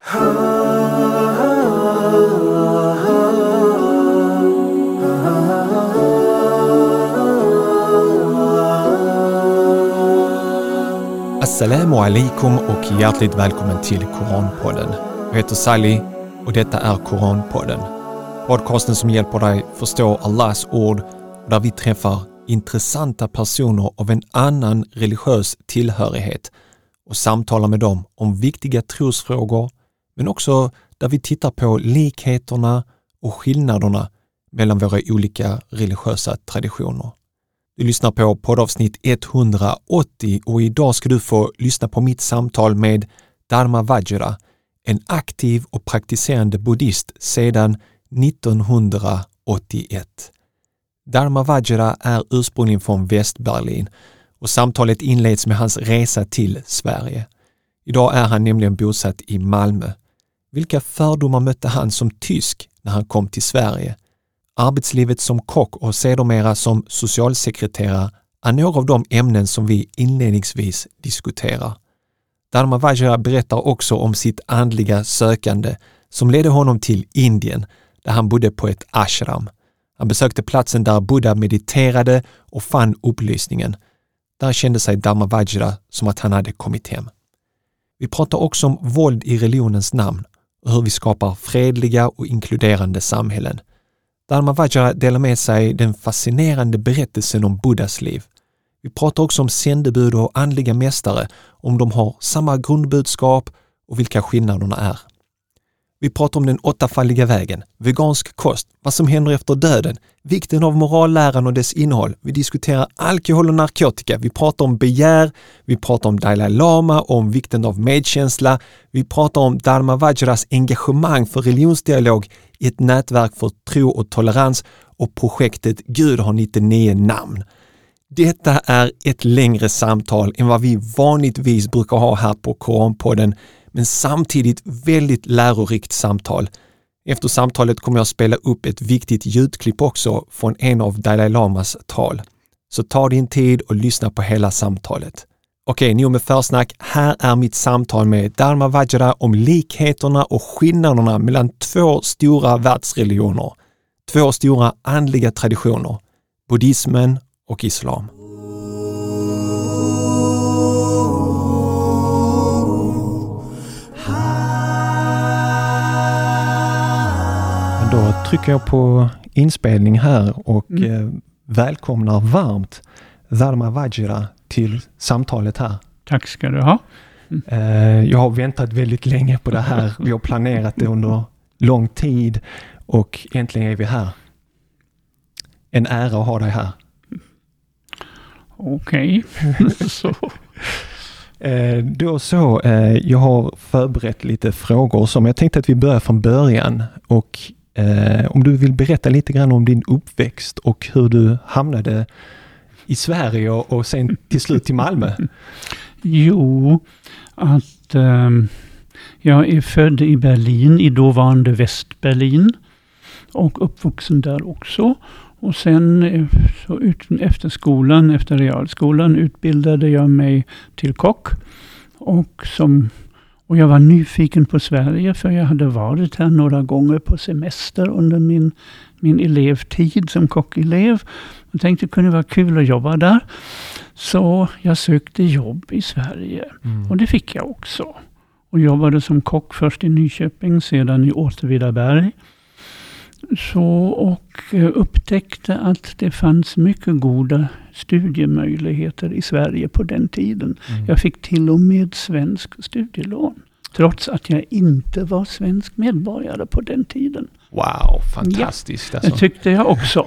Assalamu alaikum och hjärtligt välkommen till Koranpodden. Jag heter Sally och detta är Koranpodden. Podcasten som hjälper dig förstå Allahs ord och där vi träffar intressanta personer av en annan religiös tillhörighet och samtalar med dem om viktiga trosfrågor, men också där vi tittar på likheterna och skillnaderna mellan våra olika religiösa traditioner. Du lyssnar på poddavsnitt 180 och idag ska du få lyssna på mitt samtal med Dharma Vajra, en aktiv och praktiserande buddhist sedan 1981. Dharma Vajra är ursprungligen från Västberlin och samtalet inleds med hans resa till Sverige. Idag är han nämligen bosatt i Malmö. Vilka fördomar mötte han som tysk när han kom till Sverige? Arbetslivet som kock och sedermera som socialsekreterare är några av de ämnen som vi inledningsvis diskuterar. Dharma Vajra berättar också om sitt andliga sökande som ledde honom till Indien, där han bodde på ett ashram. Han besökte platsen där Buddha mediterade och fann upplysningen. Där kände sig Dharma Vajra som att han hade kommit hem. Vi pratar också om våld i religionens namn och hur vi skapar fredliga och inkluderande samhällen. Dharma Vajra delar med sig den fascinerande berättelsen om Buddhas liv. Vi pratar också om sändebud och andliga mästare, om de har samma grundbudskap och vilka skillnaderna är. Vi pratar om den 8-falliga vägen, vegansk kost, vad som händer efter döden, vikten av moralläran och dess innehåll. Vi diskuterar alkohol och narkotika, vi pratar om begär, vi pratar om Dalai Lama och om vikten av medkänsla. Vi pratar om Dharma Vajras engagemang för religionsdialog i ett nätverk för tro och tolerans och projektet Gud har 99 namn. Detta är ett längre samtal än vad vi vanligtvis brukar ha här på Koranpodden, men samtidigt väldigt lärorikt samtal. Efter samtalet kommer jag spela upp ett viktigt ljudklipp också från en av Dalai Lamas tal. Så ta din tid och lyssna på hela samtalet. Okej, nu med försnack. Här är mitt samtal med Dharma Vajra om likheterna och skillnaderna mellan två stora världsreligioner. Två stora andliga traditioner. Buddhismen och islam. Då trycker jag på inspelning här och välkomnar varmt Dharma Vajra till samtalet här. Tack ska du ha. Jag har väntat väldigt länge på det här. Vi har planerat det under lång tid och äntligen är vi här. En ära att ha dig här. Okej. Jag har förberett lite frågor som jag tänkte att vi börjar från början och om du vill berätta lite grann om din uppväxt och hur du hamnade i Sverige och sen till slut i Malmö. Jo, att jag är född i Berlin, i dåvarande Västberlin och uppvuxen där också. Och sen så efter realskolan utbildade jag mig till kock. Och jag var nyfiken på Sverige för jag hade varit här några gånger på semester under min elevtid som kockelev. Jag tänkte det kunde vara kul att jobba där. Så jag sökte jobb i Sverige och det fick jag också. Och jobbade som kock först i Nyköping, sedan i Åtvidaberg. Och upptäckte att det fanns mycket goda studiemöjligheter i Sverige på den tiden. Jag fick till och med svensk studielån. Trots att jag inte var svensk medborgare på den tiden. Wow, fantastiskt. Ja, det tyckte jag också.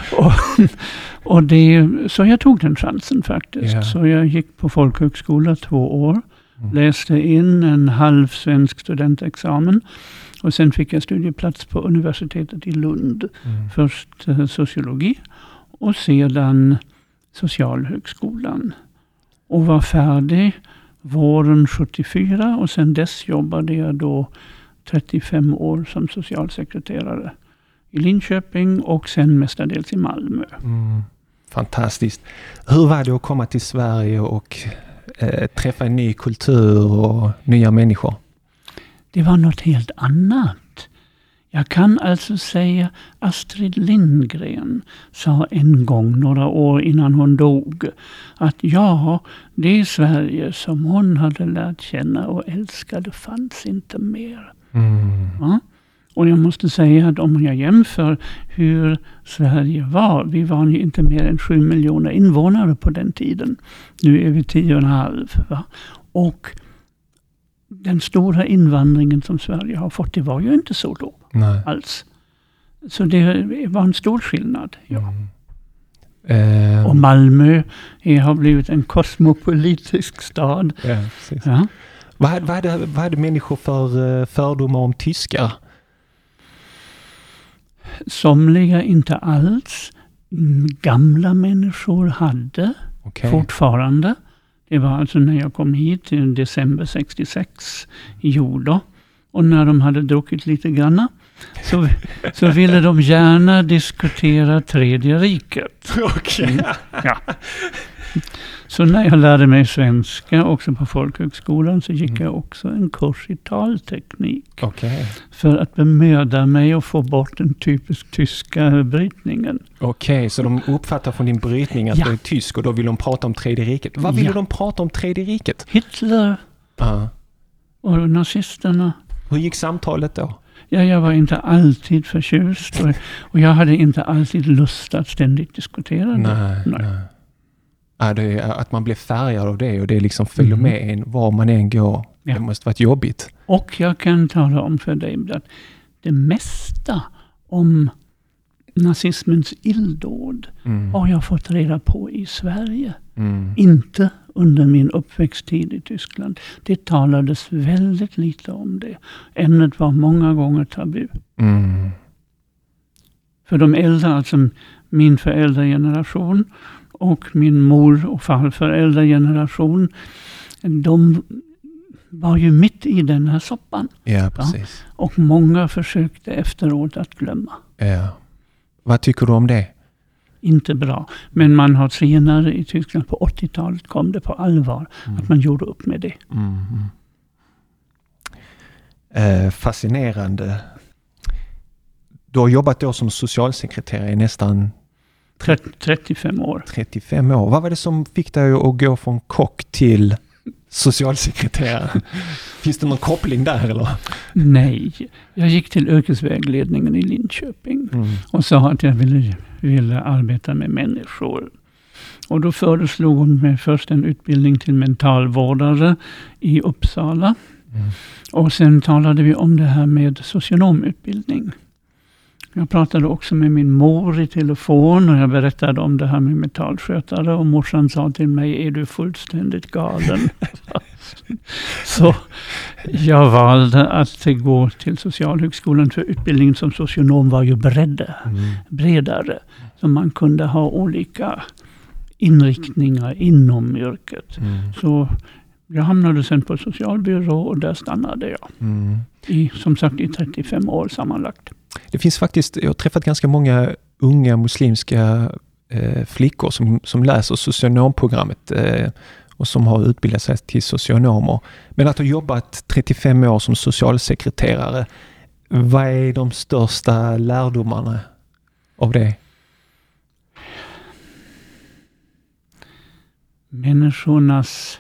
Så jag tog den chansen faktiskt. Yeah. Så jag gick på folkhögskola 2 år. Läste in en halv svensk studentexamen. Och sen fick jag studieplats på universitetet i Lund. Först sociologi och sedan socialhögskolan. Och var färdig våren 74 och sen dess jobbade jag då 35 år som socialsekreterare i Linköping och sen mestadels i Malmö. Fantastiskt. Hur var det att komma till Sverige och träffa en ny kultur och nya människor? Det var något helt annat. Jag kan alltså säga Astrid Lindgren sa en gång, några år innan hon dog, att det Sverige som hon hade lärt känna och älskade fanns inte mer. Ja? Och jag måste säga att om jag jämför hur Sverige var, vi var ju inte mer än 7 miljoner invånare på den tiden. Nu är vi 10,5. Va? Och den stora invandringen som Sverige har fått, det var ju inte så då alls. Så det var en stor skillnad. Ja. Och Malmö har blivit en kosmopolitisk stad. Ja, precis. Ja. Vad hade människor för fördomar om tyskar? Somliga inte alls. Gamla människor hade fortfarande. Det var alltså när jag kom hit i december 66 i Jorda. Och när de hade druckit lite grann så ville de gärna diskutera Tredje riket. Ja. Så när jag lärde mig svenska också på folkhögskolan så gick jag också en kurs i talteknik. För att bemöda mig och få bort den typisk tyska brytningen. Så de uppfattar från din brytning att du är tysk och då vill de prata om Tredje riket. Vad ville de prata om Tredje riket? Hitler och nazisterna. Hur gick samtalet då? Ja, jag var inte alltid förtjust och jag hade inte alltid lust att ständigt diskutera det. Nej. Det är att man blir färgad av det och det liksom följer med en var man än går. Ja. Det måste varit jobbigt. Och jag kan tala om för dig att det mesta om nazismens illdåd har jag fått reda på i Sverige. Inte under min uppväxttid i Tyskland. Det talades väldigt lite om det. Ämnet var många gånger tabu. För de äldre, alltså min föräldrageneration och min mor- och farföräldrageneration, de var ju mitt i den här soppan. Ja, precis. Och många försökte efteråt att glömma. Ja. Vad tycker du om det? Inte bra. Men man har senare i Tyskland på 80-talet kom det på allvar att man gjorde upp med det. Fascinerande. Du har jobbat då som socialsekreterare i nästan 35 år. 35 år. Vad var det som fick dig att gå från kock till socialsekreterare? Finns det någon koppling där eller? Nej, jag gick till yrkesvägledningen i Linköping och sa att jag ville arbeta med människor. Och då föreslog hon mig först en utbildning till mentalvårdare i Uppsala. Och sen talade vi om det här med socionomutbildning. Jag pratade också med min mor i telefon och jag berättade om det här med metallskötare och morsan sa till mig, är du fullständigt galen? Så jag valde att gå till Socialhögskolan för utbildningen som socionom var ju bredare. Så man kunde ha olika inriktningar inom yrket. Så jag hamnade sen på socialbyrå och där stannade jag. Som sagt i 35 år sammanlagt. Det finns faktiskt, jag har träffat ganska många unga muslimska flickor som läser socionomprogrammet och som har utbildat sig till socionomer. Men att ha jobbat 35 år som socialsekreterare, vad är de största lärdomarna av det? Människornas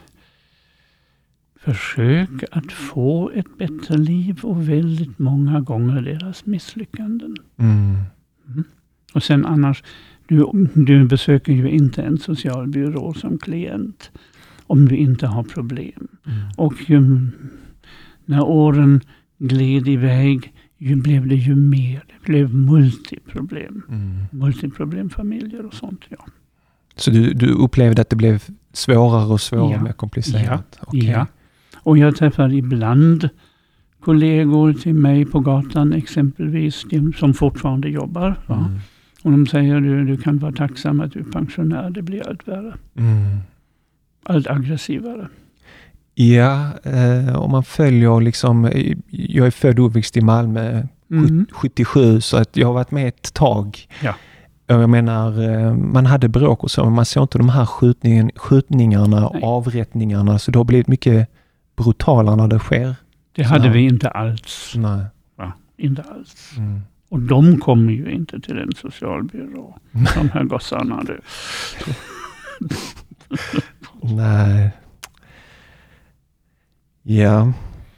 försök att få ett bättre liv och väldigt många gånger deras misslyckanden. Och sen annars, du besöker ju inte en socialbyrå som klient om du inte har problem. Och när åren gled iväg blev det ju mer. Det blev multiproblem. Multiproblemfamiljer och sånt, ja. Så du upplevde att det blev svårare och svårare med komplicerat? Ja. Och jag träffar ibland kollegor till mig på gatan exempelvis, som fortfarande jobbar. Och de säger du kan vara tacksam att du är pensionär, det blir allt värre. Allt aggressivare. Ja, om man följer liksom, jag är född och uppväxt i Malmö 77 så att jag har varit med ett tag. Ja. Jag menar, man hade bråk och så, men man såg inte de här skjutningarna och avrättningarna, så det har blivit mycket brutalare när det sker Det hade vi inte alls. Nej. Va? Inte alls. Och de kommer ju inte till en socialbyrå. De här gossarna. Nej. Ja.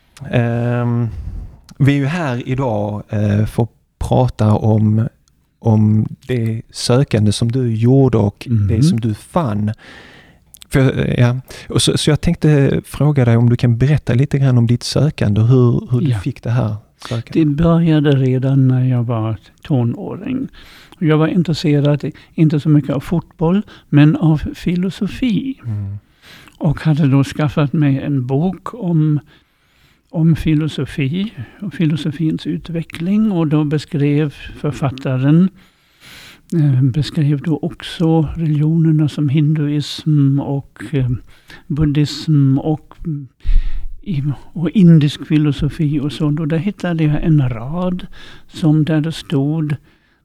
Vi är ju här idag för att prata om det sökande som du gjorde och det som du fann. Så jag tänkte fråga dig om du kan berätta lite grann om ditt sökande och hur du fick det här sökandet. Det började redan när jag var tonåring. Jag var intresserad, inte så mycket av fotboll, men av filosofi. Och hade då skaffat mig en bok om filosofi och filosofins utveckling. Och då beskrev författaren då också religionerna som hinduism och buddhism och indisk filosofi och så. Och där hittade jag en rad där det stod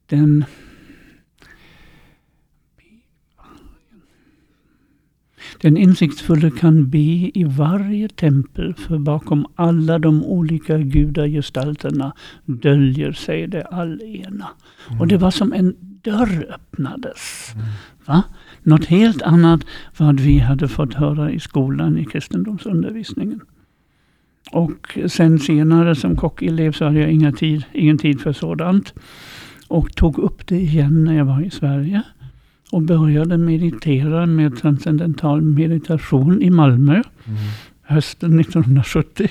Den insiktsfulla kan be i varje tempel, för bakom alla de olika gudagestalterna döljer sig det allena. Och det var som en dörr öppnades. Va? Något helt annat vad vi hade fått höra i skolan i kristendomsundervisningen. Och sen senare som kockelev så hade jag ingen tid för sådant. Och tog upp det igen när jag var i Sverige. Och började meditera med transcendental meditation i Malmö. Hösten 1970.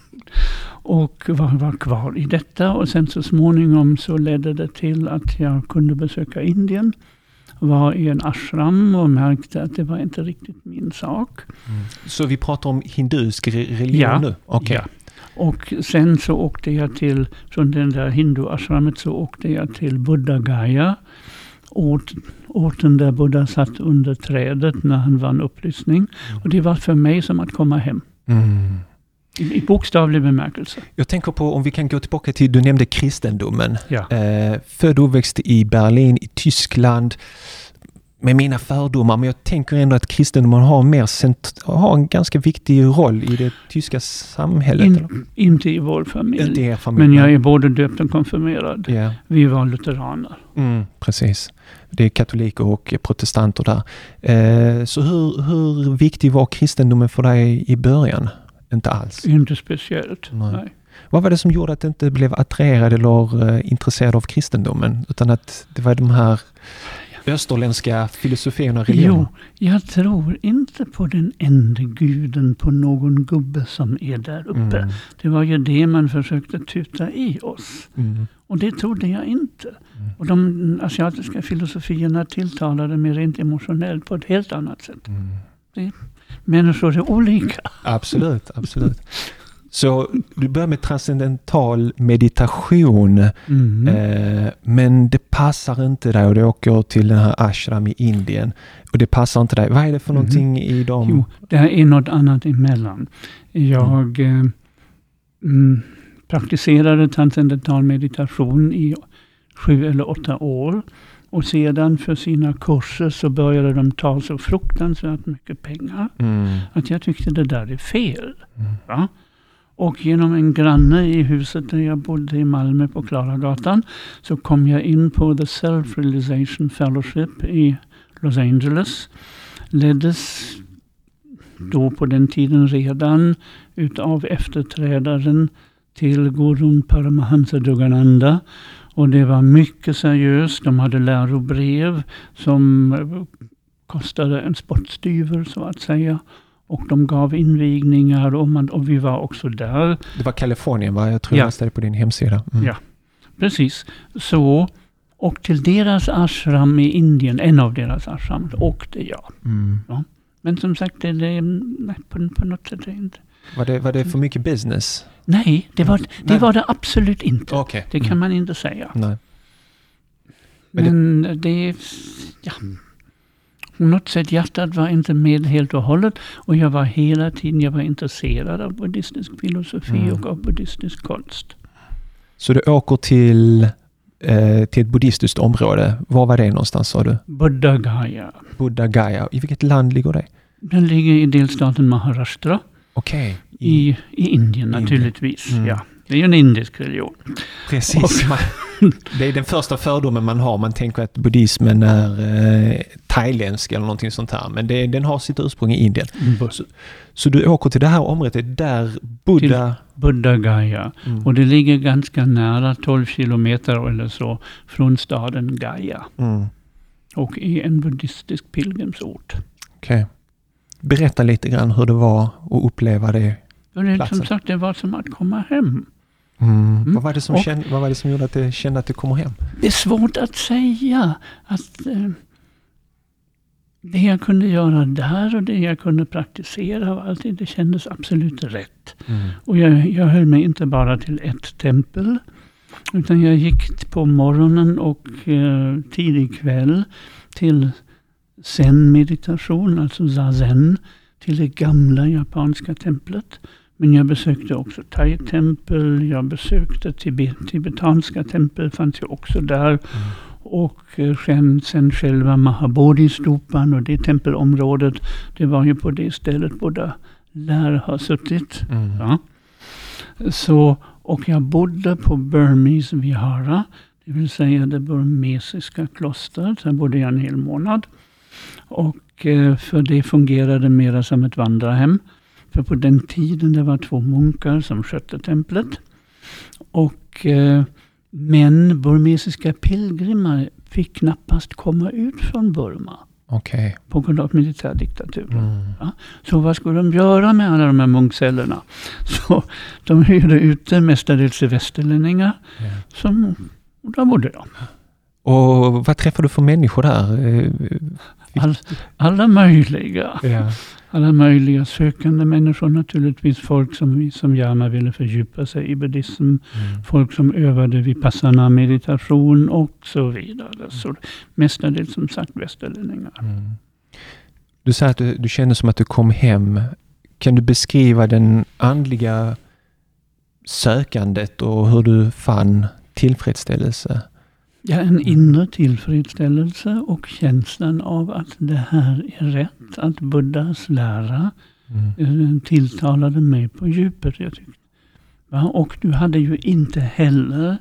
Och var kvar i detta. Och sen så småningom så ledde det till att jag kunde besöka Indien. Var i en ashram och märkte att det var inte riktigt min sak. Så vi pratar om hinduisk religion nu? Okay. Ja. Och sen så åkte jag från den där hindu-ashramet så åkte jag till Buddha Gaya. Orten där Buddha satt under trädet när han vann upplysning. Och det var för mig som att komma hem. I bokstavlig bemärkelse. Jag tänker på om vi kan gå tillbaka till, du nämnde kristendomen. Ja. Född och uppväxt i Berlin, i Tyskland. Med mina fördomar, men jag tänker ändå att kristendomen har en ganska viktig roll i det tyska samhället. Inte i vår familj. Inte i er familj. Men jag är både döpt och konfirmerad. Yeah. Vi var lutheraner. Precis. Det är katoliker och protestanter där. Så hur viktig var kristendomen för dig i början? Inte alls. Inte speciellt. Nej. Vad var det som gjorde att du inte blev attraherad eller intresserad av kristendomen? Utan att det var de här österländska filosofierna och religionerna? Jo, jag tror inte på den enda guden, på någon gubbe som är där uppe. Det var ju det man försökte tuta i oss. Och det trodde jag inte. Och de asiatiska filosofierna tilltalade mig rent emotionellt på ett helt annat sätt. Människor är olika. Absolut. Så du börjar med transcendental meditation, men det passar inte dig och du åker till den här ashram i Indien och det passar inte dig. Vad är det för någonting i dem? Jo, det är något annat emellan. Jag praktiserade transcendental meditation i 7 eller 8 år. Och sedan för sina kurser så började de ta så fruktansvärt mycket pengar. Att jag tyckte det där är fel. Va? Och genom en granne i huset där jag bodde i Malmö på Klaragatan så kom jag in på The Self-Realization Fellowship i Los Angeles. Leddes då på den tiden redan utav efterträdaren till Gurun Paramahansa Yogananda. Och det var mycket seriöst. De hade lärobrev som kostade en spottstyver så att säga. Och de gav invigningar och vi var också där. Det var Kalifornien, va? Jag tror jag läste det på din hemsida. Ja, precis. Så, och till deras ashram i Indien, en av deras ashram, åkte jag. Ja. Men som sagt, nej, på något sätt inte. Var det för mycket business? Nej, det var det absolut inte. Okay. Det kan man inte säga. Nej. Men det på något sätt hjärtat var inte med helt och hållet. Och jag var intresserad av buddhistisk filosofi och av buddhistisk konst. Så du åker till ett buddhistiskt område. Var var det någonstans, sa du? Buddha Gaya. Buddha Gaya. I vilket land ligger det? Den ligger i delstaten Maharashtra. Okej. I Indien naturligtvis. Ja. Det är ju en indisk religion. Precis. Det är den första fördomen man har. Man tänker att buddhismen är thailändsk eller någonting sånt här. Men den har sitt ursprung i Indien. Så du åker till det här området där Buddha... Till Buddha Gaya. Och det ligger ganska nära 12 kilometer eller så från staden Gaya. Och är en buddhistisk pilgrimsort. Okej. Berätta lite grann hur det var att uppleva det. Som sagt, det var som att komma hem. Vad var det som gjorde att du kände att du kommer hem? Det är svårt att säga. Att det jag kunde göra där och det jag kunde praktisera och allt det kändes absolut rätt. Och jag höll mig inte bara till ett tempel. Utan jag gick på morgonen och tidig kväll till zen-meditation, alltså zazen, till det gamla japanska templet. Men jag besökte också thai-tempel, jag besökte tibetanska tempel, fanns ju också där. Och sen själva Mahabodhi-stupan och det tempelområdet, det var ju på det stället Buddha lär har suttit. Ja. Så, och jag bodde på Burmese Vihara, det vill säga det burmesiska klostret. Där bodde jag en hel månad. Och för det fungerade mer som ett vandrarhem. För på den tiden det var 2 munkar som skötte templet. Men burmesiska pilgrimer fick knappast komma ut från Burma. Okej. På grund av militärdiktaturen. Ja. Så vad skulle de göra med alla de här munkcellerna? Så de hyrde ute mestadels västerlänningar. Och där bodde de. Och vad träffade du för människor där? Alla möjliga. Ja. Alla möjliga sökande människor naturligtvis. Folk som gärna ville fördjupa sig i buddhism. Folk som övade vipassana meditation och så vidare. Så mestadels som sagt västerlänningar. Du sa att du kände som att du kom hem. Kan du beskriva den andliga sökandet och hur du fann tillfredsställelse? Ja, en inre tillfredsställelse och känslan av att det här är rätt. Att Buddhas lära tilltalade mig på djupet. Jag tyckte. Och du hade ju inte heller,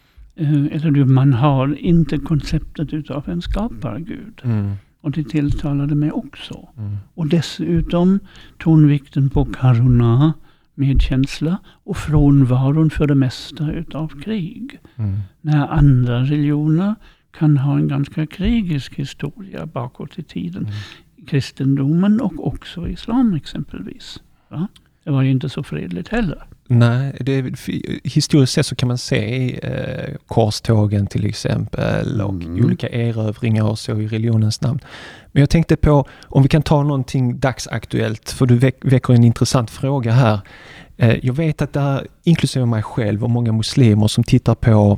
man har inte konceptet utav en skapargud. Och det tilltalade mig också. Och dessutom tonvikten på karuna, medkänsla och frånvaron för det mesta utav krig. När andra religioner kan ha en ganska krigisk historia bakåt i tiden. Kristendomen och också islam exempelvis. Va? Det var ju inte så fredligt heller. Nej, historiskt sett så kan man se korstågen till exempel och olika erövringar och så i religionens namn. Men jag tänkte på, om vi kan ta någonting dagsaktuellt, för du väcker en intressant fråga här. Jag vet att det är, inklusive mig själv och många muslimer som tittar på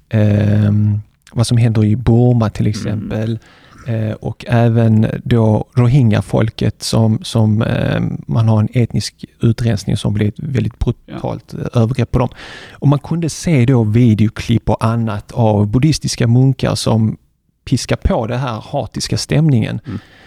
vad som händer i Burma till exempel. Och även då Rohingya-folket som man har en etnisk utrensning som blev ett väldigt brutalt övergrepp på dem. Och man kunde se då videoklipp och annat av buddhistiska munkar som piskar på det här hatiska stämningen.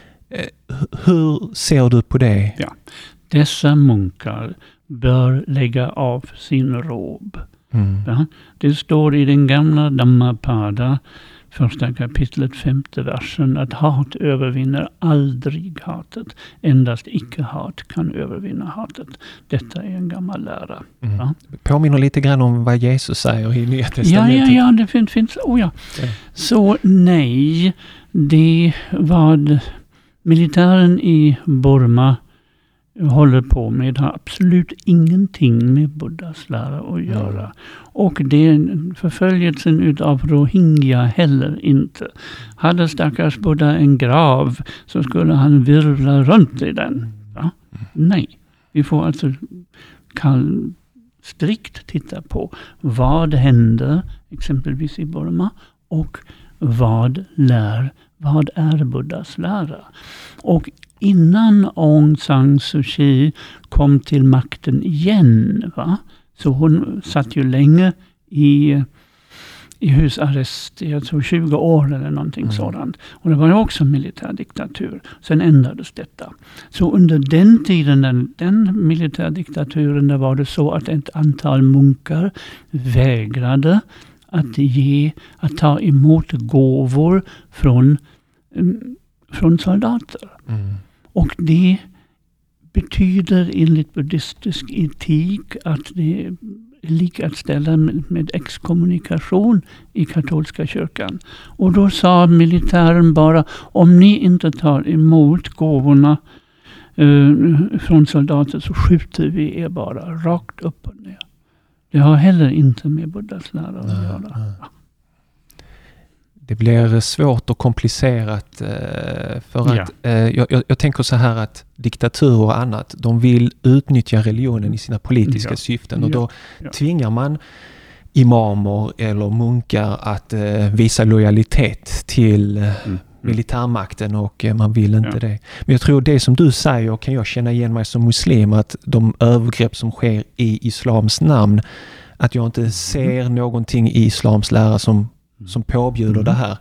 Hur ser du på det? Ja. Dessa munkar bör lägga av sin rob. Ja. Det står i den gamla Dhammapada, första kapitlet, 5:e versen, att hat övervinner aldrig hatet. Endast icke-hat kan övervinna hatet. Detta är en gammal lära. Ja. Påminner lite grann om vad Jesus säger i Nya Testamentet. Ja, det finns. Så nej, det var militären i Burma håller på med har absolut ingenting med Buddhas lära att göra. Och det förföljelsen utav Rohingya heller inte. Hade stackars Buddha en grav så skulle han virvla runt i den. Ja? Nej, vi får alltså strikt titta på vad händer exempelvis i Burma och vad är Buddhas lära. Och innan Aung San Suu Kyi kom till makten igen, så hon satt ju länge i husarrest, jag tror 20 år eller någonting sådant. Och det var ju också militärdiktatur. Sen ändrades detta. Så under den tiden, den militärdiktaturen, där var det så att ett antal munkar vägrade att ta emot gåvor från soldater. Och det betyder enligt buddhistisk etik att det är lika att ställa med exkommunikation i katolska kyrkan. Och då sa militären bara, om ni inte tar emot gåvorna från soldater så skjuter vi er bara rakt upp och ner. Det har heller inte med Buddhas lära att göra. Det blir svårt och komplicerat för att jag tänker så här att diktaturer och annat, de vill utnyttja religionen i sina politiska syften och då tvingar man imamer eller munkar att visa lojalitet till militärmakten och man vill inte det. Men jag tror det som du säger kan jag känna igen mig som muslim, att de övergrepp som sker i islams namn, att jag inte ser någonting i islams lära som påbjuder det här.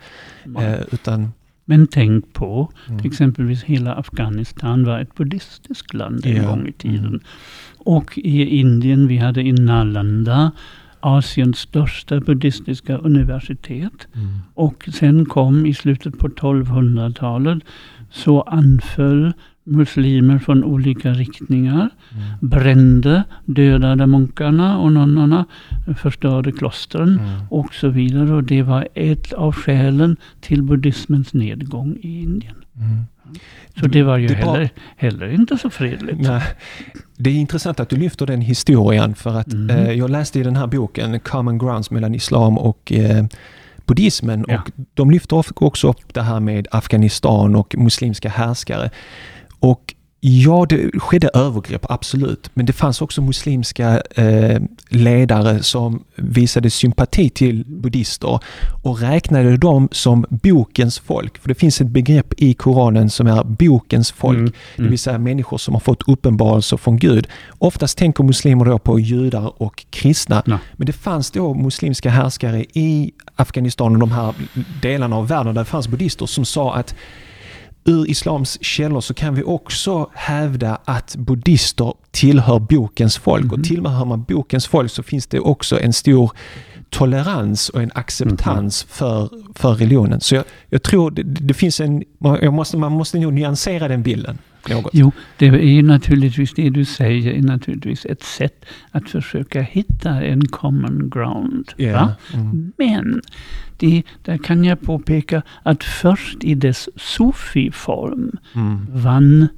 Men tänk på, till exempelvis hela Afghanistan var ett buddhistiskt land en gång i tiden. Och i Indien, vi hade i Nalanda Asiens största buddhistiska universitet. Och sen kom i slutet på 1200-talet så anföll muslimer från olika riktningar, brände, dödade munkarna och nonnorna, förstörde klostren och så vidare. Och det var ett av skälen till buddhismens nedgång i Indien. Så det var ju heller inte så fredligt. Nej. Det är intressant att du lyfter den historien, för att jag läste i den här boken Common Grounds mellan islam och buddhismen, och de lyfter också upp det här med Afghanistan och muslimska härskare. Och ja, det skedde övergrepp, absolut. Men det fanns också muslimska ledare som visade sympati till buddhister och räknade dem som bokens folk. För det finns ett begrepp i Koranen som är bokens folk. Det vill säga människor som har fått uppenbarelser från Gud. Oftast tänker muslimer då på judar och kristna. Men det fanns då muslimska härskare i Afghanistan och de här delarna av världen där det fanns buddhister som sa att ur islams källor så kan vi också hävda att buddhister tillhör bokens folk. Och tillhör man bokens folk så finns det också en stor tolerans och en acceptans för religionen. Så jag tror det finns man måste nog nyansera den bilden något. Jo, det är ju naturligtvis det du säger är naturligtvis ett sätt att försöka hitta en common ground. Men där kan jag påpeka att först i dess sufi-form vann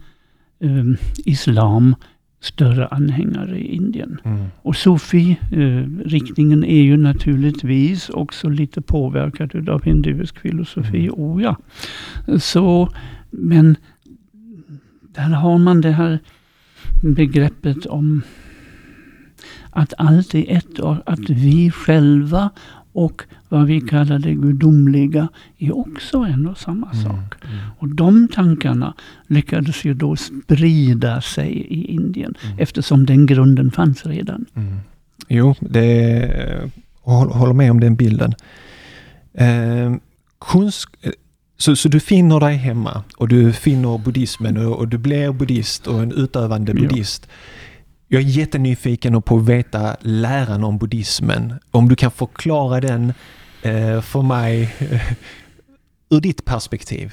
islam större anhängare i Indien. Och sufi-riktningen är ju naturligtvis också lite påverkad av hinduisk filosofi. Så, men där har man det här begreppet om att allt är ett och att vi själva och vad vi kallar det gudomliga är också en och samma sak. Och de tankarna lyckades ju då sprida sig i Indien eftersom den grunden fanns redan. Jo, håller med om den bilden. Så du finner dig hemma och du finner buddhismen och du blir buddhist och en utövande buddhist. Jag är jättenyfiken på att veta läran om buddhismen. Om du kan förklara den för mig ur ditt perspektiv.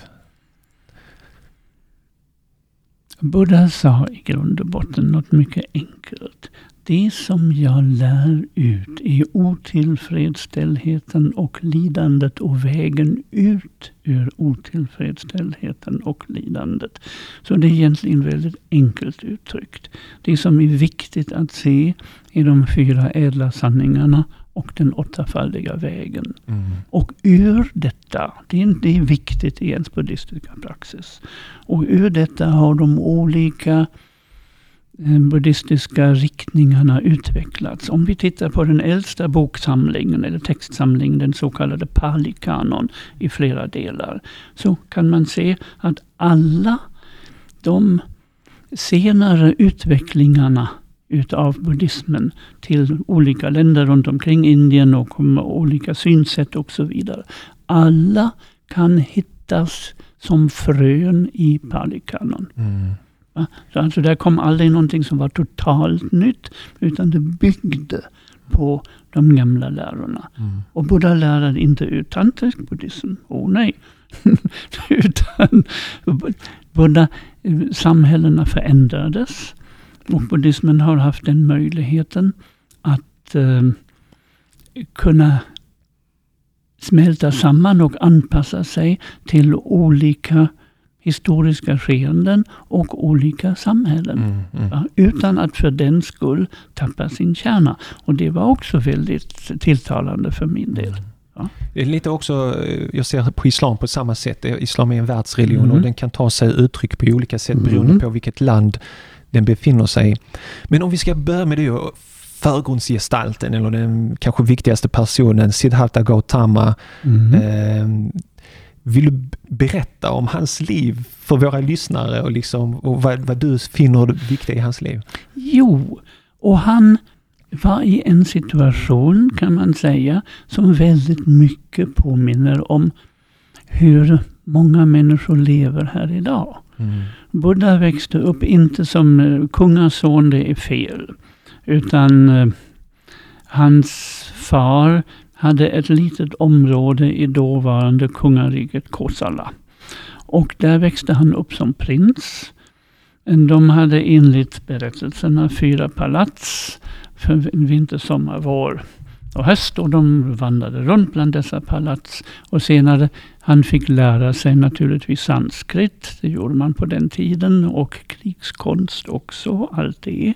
Buddha sa i grund och botten något mycket enkelt. Det som jag lär ut är otillfredsställheten och lidandet och vägen ut ur otillfredsställheten och lidandet. Så det är egentligen väldigt enkelt uttryckt. Det som är viktigt att se är de 4 ädla sanningarna och den 8-faldiga vägen. Och ur detta, det är viktigt i ens buddhistiska praxis. Och ur detta har de olika buddhistiska riktningarna utvecklats. Om vi tittar på den äldsta boksamlingen eller textsamlingen, den så kallade Pali-kanon i flera delar, så kan man se att alla de senare utvecklingarna utav buddhismen till olika länder runt omkring Indien och olika synsätt och så vidare. Alla kan hittas som frön i Pali-kanon. Så alltså där kom aldrig någonting som var totalt nytt, utan det byggde på de gamla lärorna. Och Buddha lärde inte ut tantrisk buddhism. Nej. Utan båda samhällena förändrades. Och buddhismen har haft den möjligheten att kunna smälta samman och anpassa sig till olika historiska skeenden och olika samhällen. Utan att för den skull tappa sin kärna. Och det var också väldigt tilltalande för min del. Ja. Det är lite också, jag ser på islam på samma sätt. Islam är en världsreligion och den kan ta sig uttryck på olika sätt beroende på vilket land den befinner sig i. Men om vi ska börja med det, förgrundsgestalten eller den kanske viktigaste personen, Siddhartha Gautama. Vill du berätta om hans liv för våra lyssnare och vad du finner viktigt i hans liv? Jo, och han var i en situation, kan man säga, som väldigt mycket påminner om hur många människor lever här idag. Buddha växte upp inte som kungason, det är fel. Utan hans far hade ett litet område i dåvarande kungariket Kosala. Och där växte han upp som prins. De hade enligt berättelserna 4 palats för vinter, sommar, vår och höst. Och de vandrade runt bland dessa palats. Och senare han fick lära sig naturligtvis sanskrit. Det gjorde man på den tiden. Och krigskonst också, allt det.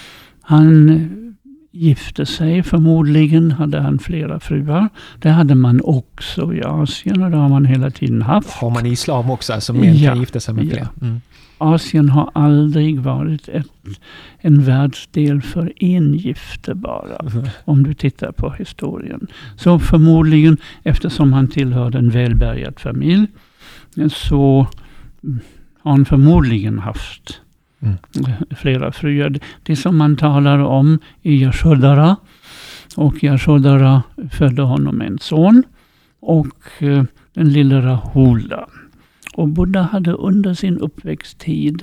Han gifte sig, förmodligen hade han flera fruar. Det hade man också i Asien och det har man hela tiden haft. Har man i islam också, alltså män kan gifta sig med fler? Asien har aldrig varit en världsdel för engifte bara, om du tittar på historien. Så förmodligen, eftersom han tillhörde en välbärgad familj, så har han förmodligen haft flera fruar. Det som man talar om är Yashodhara. Och Yashodhara födde honom en son och den lilla Rahula. Och Buddha hade under sin uppväxttid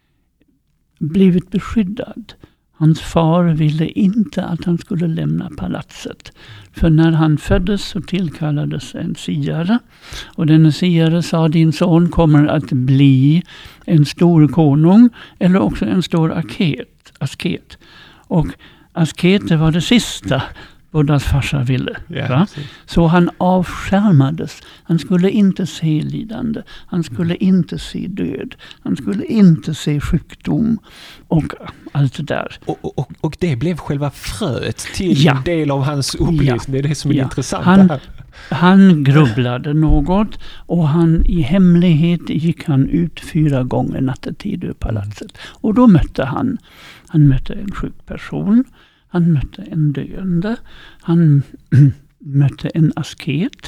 blivit beskyddad. Hans far ville inte att han skulle lämna palatset. För när han föddes så tillkallades en siare. Och den siare sa: din son kommer att bli en stor konung eller också en stor asket. Och asketer var det sista Buddhas farsa ville. Yeah, så han avskärmades. Han skulle inte se lidande. Han skulle inte se död. Han skulle inte se sjukdom och allt det där. Och det blev själva fröet till en del av hans upplevelse. Det är det som är intressant. Han grubblade något och i hemlighet gick han ut 4 gånger nattetid ur palatset. Och då mötte han mötte en sjuk person. Han mötte en döende. Han mötte en asket.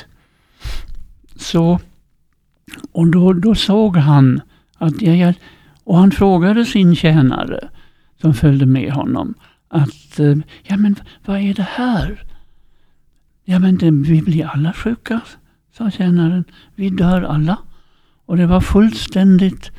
Och då såg han att och han frågade sin tjänare som följde med honom att men vad är det här? Vi blir alla sjuka, sa tjänaren. Vi dör alla. Och det var fullständig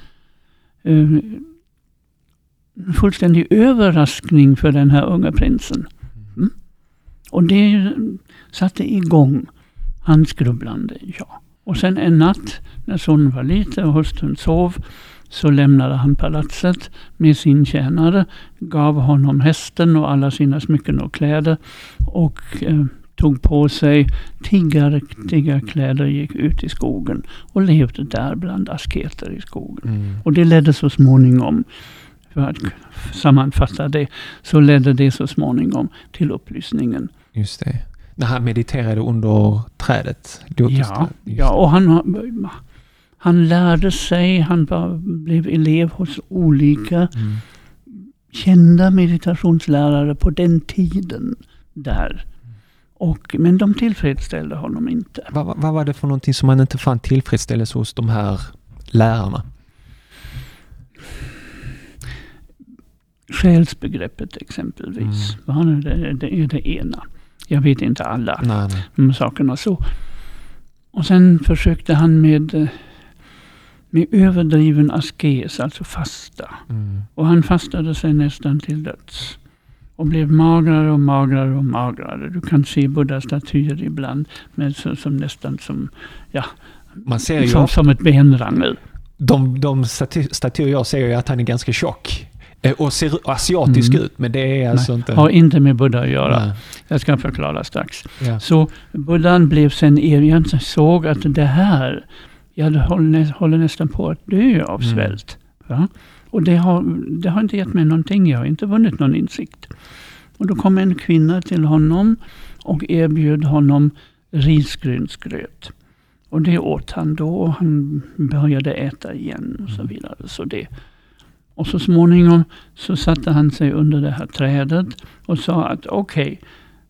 överraskning för den här unga prinsen. Och det satte igång hans grubblande. Och sen en natt när sonen var lite och hustrun sov, så lämnade han palatset med sin tjänare, gav honom hästen och alla sina smycken och kläder och tog på sig tiggarkläder, gick ut i skogen och levde där bland asketer i skogen. Och det ledde så småningom, för att sammanfatta det, så ledde det så småningom till upplysningen. Just det. När han mediterade under trädet. Ja, och han lärde sig, han blev elev hos olika kända meditationslärare på den tiden där. Men de tillfredsställde honom inte. Vad var det för någonting som man inte fann tillfredsställelse hos de här lärarna? själsbegreppet exempelvis. Det är det ena. Jag vet inte alla sakerna så. Och sen försökte han med överdriven askes, alltså fasta. Och han fastade sig nästan till döds. Och blev magrare och magrare och magrare. Du kan se Buddha-statyer ibland som nästan som, man ser ju som ett benrangel. De statyer jag ser ju att han är ganska tjock. Och ser asiatisk ut, men det är alltså inte... Har inte med Buddha att göra. Nej. Jag ska förklara strax. Ja. Så Buddhan blev sen jag såg att det här, jag håller nästan på att dö av svält. Ja? Och det har inte gett mig någonting. Jag har inte vunnit någon insikt. Och då kom en kvinna till honom och erbjöd honom risgrynsgröt. Och det åt han då och han började äta igen och så vidare. Och så småningom så satte han sig under det här trädet och sa att okej,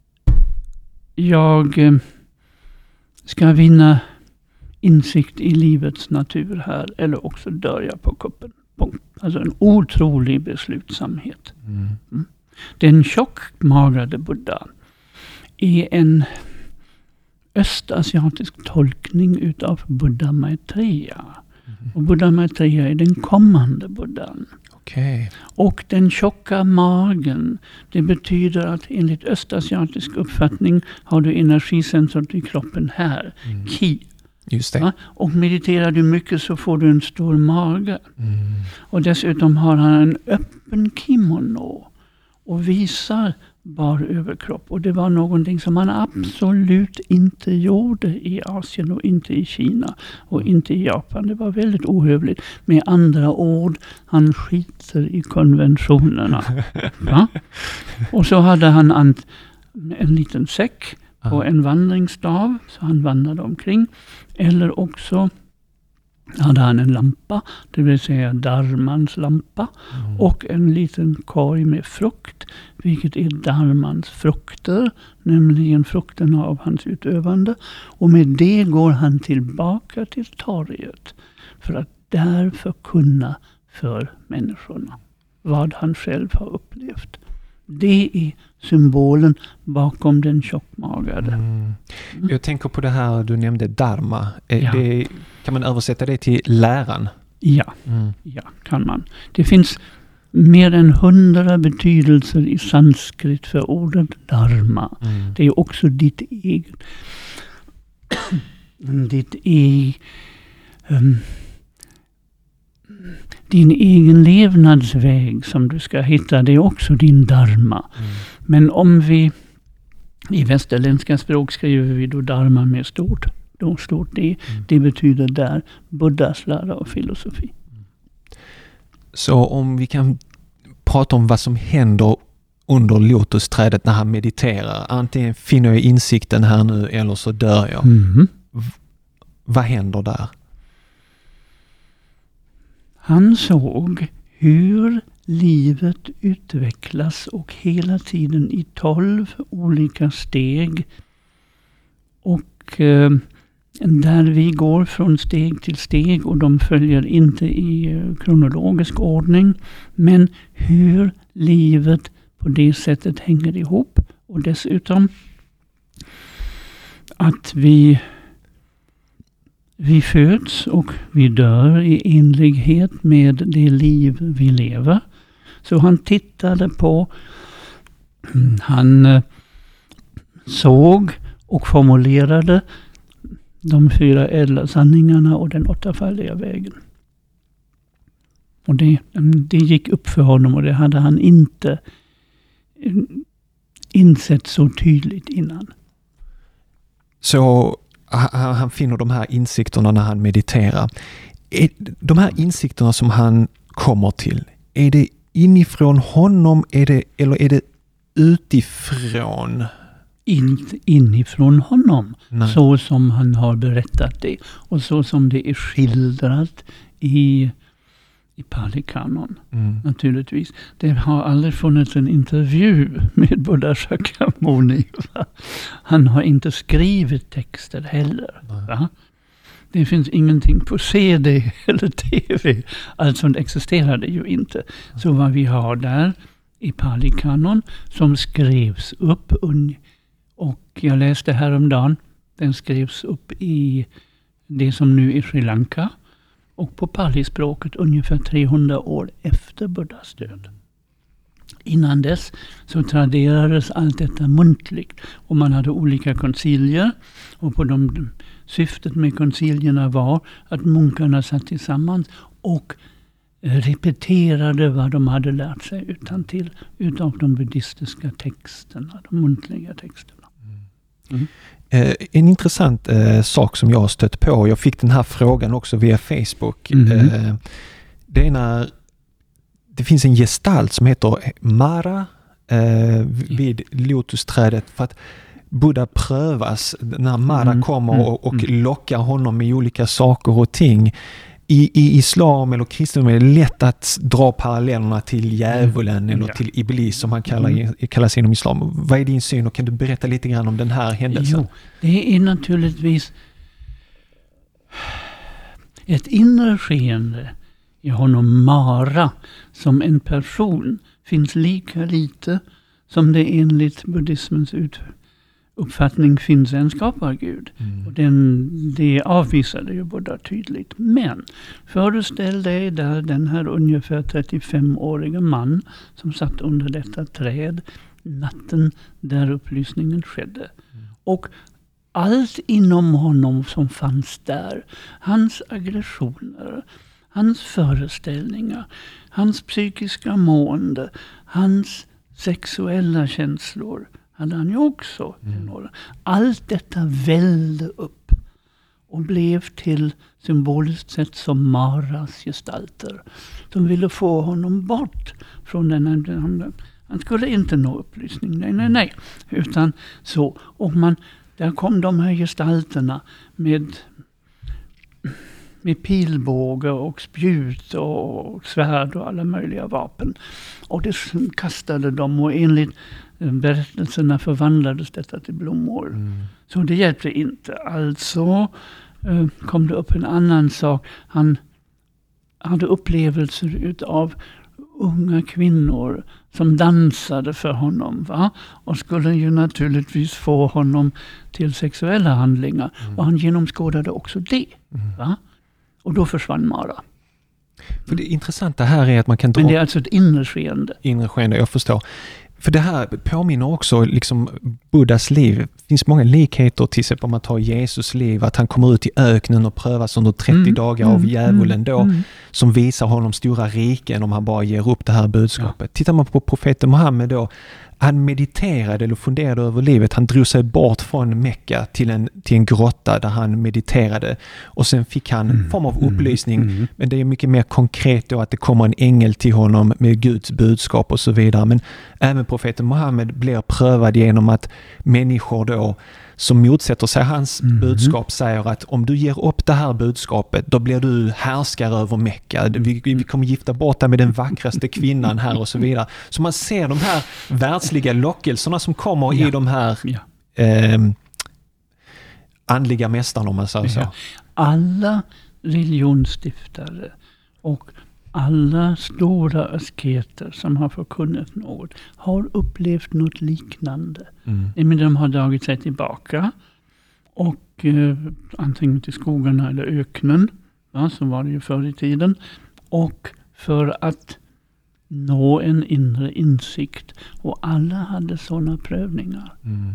jag ska vinna insikt i livets natur här eller också dör jag på kuppen. Punkt. Alltså en otrolig beslutsamhet. Den tjockmagrade Buddha är en östasiatisk tolkning utav Buddha Maitreya. Och Buddha Maitreya är den kommande Buddhan. Okay. Och den tjocka magen, det betyder att enligt östasiatisk uppfattning har du energicentret i kroppen här. Ki. Just det. Ja? Och mediterar du mycket så får du en stor mage. Och dessutom har han en öppen kimono och visar bar överkropp. Och det var någonting som man absolut inte gjorde i Asien och inte i Kina och inte i Japan. Det var väldigt ohövligt. Med andra ord, han skiter i konventionerna. Ja? Och så hade han en liten säck och en vandringsstav, så han vandrade omkring. Eller också hade han en lampa, det vill säga dharmans lampa, och en liten korg med frukt, vilket är dharmans frukter, nämligen frukterna av hans utövande. Och med det går han tillbaka till torget för att där förkunna för människorna vad han själv har upplevt. Det är symbolen bakom den tjockmagade. Jag tänker på det här du nämnde dharma. Kan man översätta det till läran? Ja, kan man. Det finns mer än 100 betydelser i sanskrit för ordet dharma. Det är också din egen levnadsväg som du ska hitta, det är också din dharma. Men om vi i västerländska språk skriver vi då dharma med stort D. Det betyder där Buddhas lära och filosofi. Så om vi kan prata om vad som händer under lotusträdet när han mediterar. Antingen finner jag insikten här nu eller så dör jag. Vad händer där? Han såg hur livet utvecklas och hela tiden i 12 olika steg. Och där vi går från steg till steg och de följer inte i kronologisk ordning. Men hur livet på det sättet hänger ihop. Och dessutom att vi föds och vi dör i enlighet med det liv vi lever. Så han tittade på, han såg och formulerade de 4 ädla sanningarna och den 8-faldiga vägen. Och det gick upp för honom och det hade han inte insett så tydligt innan. Så han finner de här insikterna när han mediterar. De här insikterna som han kommer till, är det inifrån honom eller är det utifrån? Inifrån honom. Nej. Så som han har berättat det. Och så som det är skildrat i Pali-kanon. Naturligtvis. Det har aldrig funnits en intervju med Buddha Shakyamuni. Han har inte skrivit texter heller. Va? Det finns ingenting på CD eller TV. Allt sånt existerade ju inte. Så vad vi har där i Pali-kanon som skrevs upp, och jag läste häromdagen, den skrevs upp i det som nu är Sri Lanka och på Pali-språket ungefär 300 år efter Buddhas död. Innan dess så traderades allt detta muntligt och man hade olika koncilier, och syftet med koncilierna var att munkarna satt tillsammans och repeterade vad de hade lärt sig utantill utav de buddhistiska texterna, de muntliga texterna. En intressant sak som jag har stött på, jag fick den här frågan också via Facebook. Det är när det finns en gestalt som heter Mara vid lotusträdet, för att Buddha prövas när Mara kommer och lockar honom med olika saker och ting. I islam eller kristendom är det lätt att dra parallellerna till djävulen eller till Iblis som han kallas inom islam. Vad är din syn, och kan du berätta lite grann om den här händelsen? Jo, det är naturligtvis ett inre skeende i honom. Mara som en person finns lika lite som det enligt buddhismens uppfattning finns en skapargud. Och det avvisade ju Buddha tydligt. Men föreställ dig där den här ungefär 35-åriga man som satt under detta träd natten där upplysningen skedde. Och allt inom honom som fanns där, hans aggressioner, hans föreställningar, hans psykiska mående, hans sexuella känslor, hade han ju också. Allt detta välde upp och blev till symboliskt sett som Maras gestalter som ville få honom bort från den här. Han skulle inte nå upplysning, nej. Utan så. Och där kom de här gestalterna med pilbåge och spjut och svärd och alla möjliga vapen. Och det kastade dem, och enligt berättelserna förvandlades detta till blommor. Så det hjälpte inte. Alltså kom det upp en annan sak. Han hade upplevelser utav unga kvinnor som dansade för honom, va? Och skulle ju naturligtvis få honom till sexuella handlingar. Och han genomskådade också det. Va? Och då försvann Mara. För det intressanta här är att man kan dra... Men det är alltså ett inre skeende. Inre skeende, jag förstår. För det här påminner också liksom Buddhas liv. Det finns många likheter, till exempel om man tar Jesus liv, att han kommer ut i öknen och prövas under 30 dagar av djävulen som visar honom stora riken om han bara ger upp det här budskapet. Tittar man på profeten Muhammed då, han mediterade eller funderade över livet. Han drog sig bort från Mekka till en grotta där han mediterade. Och sen fick han en form av upplysning. Men det är mycket mer konkret då att det kommer en ängel till honom med Guds budskap och så vidare. Men även profeten Muhammed blir prövad genom att människor då som motsätter sig hans budskap säger att om du ger upp det här budskapet, då blir du härskare över Mekka. Vi kommer gifta bort dig med den vackraste kvinnan här och så vidare. Så man ser de här världsliga lockelserna som kommer i de här andliga mästarna, om man säger så. Alla religionsstiftare och alla stora asketer som har förkunnat något har upplevt något liknande. Men de har dragit sig tillbaka och antingen till skogarna eller öknen, så var det ju förr i tiden, och för att nå en inre insikt. Och alla hade sådana prövningar.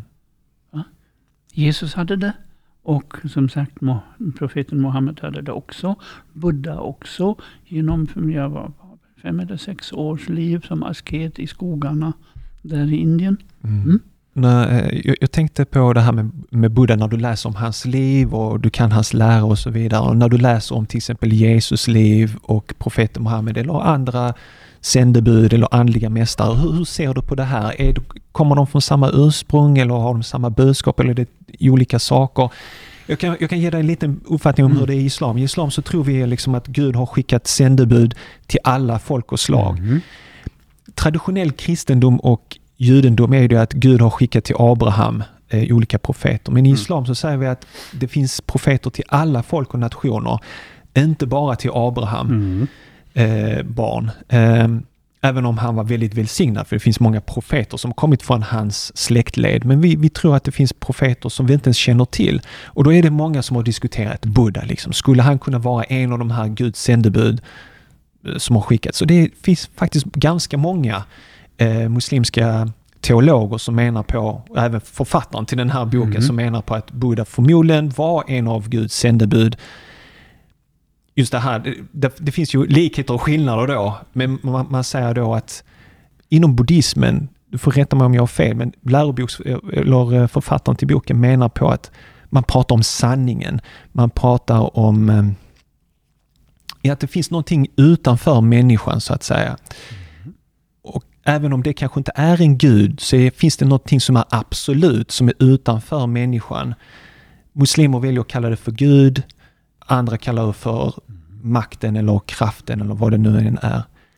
Jesus hade det. Och som sagt, profeten Muhammed hade det också. Buddha också. Genom 5 eller 6 års liv som asket i skogarna där i Indien. Jag tänkte på det här med Buddha, när du läser om hans liv och du kan hans lära och så vidare. Och när du läser om till exempel Jesus liv och profeten Muhammed eller andra sändebud eller andliga mästare. Hur ser du på det här? Kommer de från samma ursprung eller har de samma budskap, eller är det olika saker? Jag kan ge dig en liten uppfattning om hur det är i islam. I islam så tror vi liksom att Gud har skickat sändebud till alla folk och slag. Traditionell kristendom och judendom är det att Gud har skickat till Abraham olika profeter. Men i islam så säger vi att det finns profeter till alla folk och nationer. Inte bara till Abraham barn. Även om han var väldigt välsignad, för det finns många profeter som kommit från hans släktled. Men vi tror att det finns profeter som vi inte ens känner till. Och då är det många som har diskuterat Buddha. Liksom. Skulle han kunna vara en av de här Guds sändebud som har skickats? Så det finns faktiskt ganska många muslimska teologer som menar på, och även författaren till den här boken som menar på att Buddha förmodligen var en av Guds sändebud. Just det här, det finns ju likheter och skillnader då, men man säger då att inom buddhismen, du får rätta mig om jag har fel, men eller författaren till boken menar på att man pratar om sanningen, man pratar om att det finns någonting utanför människan så att säga. Och även om det kanske inte är en gud, så finns det någonting som är absolut, som är utanför människan. Muslimer väljer att kalla det för Gud, andra kallar det för makten eller kraften eller vad det nu än är.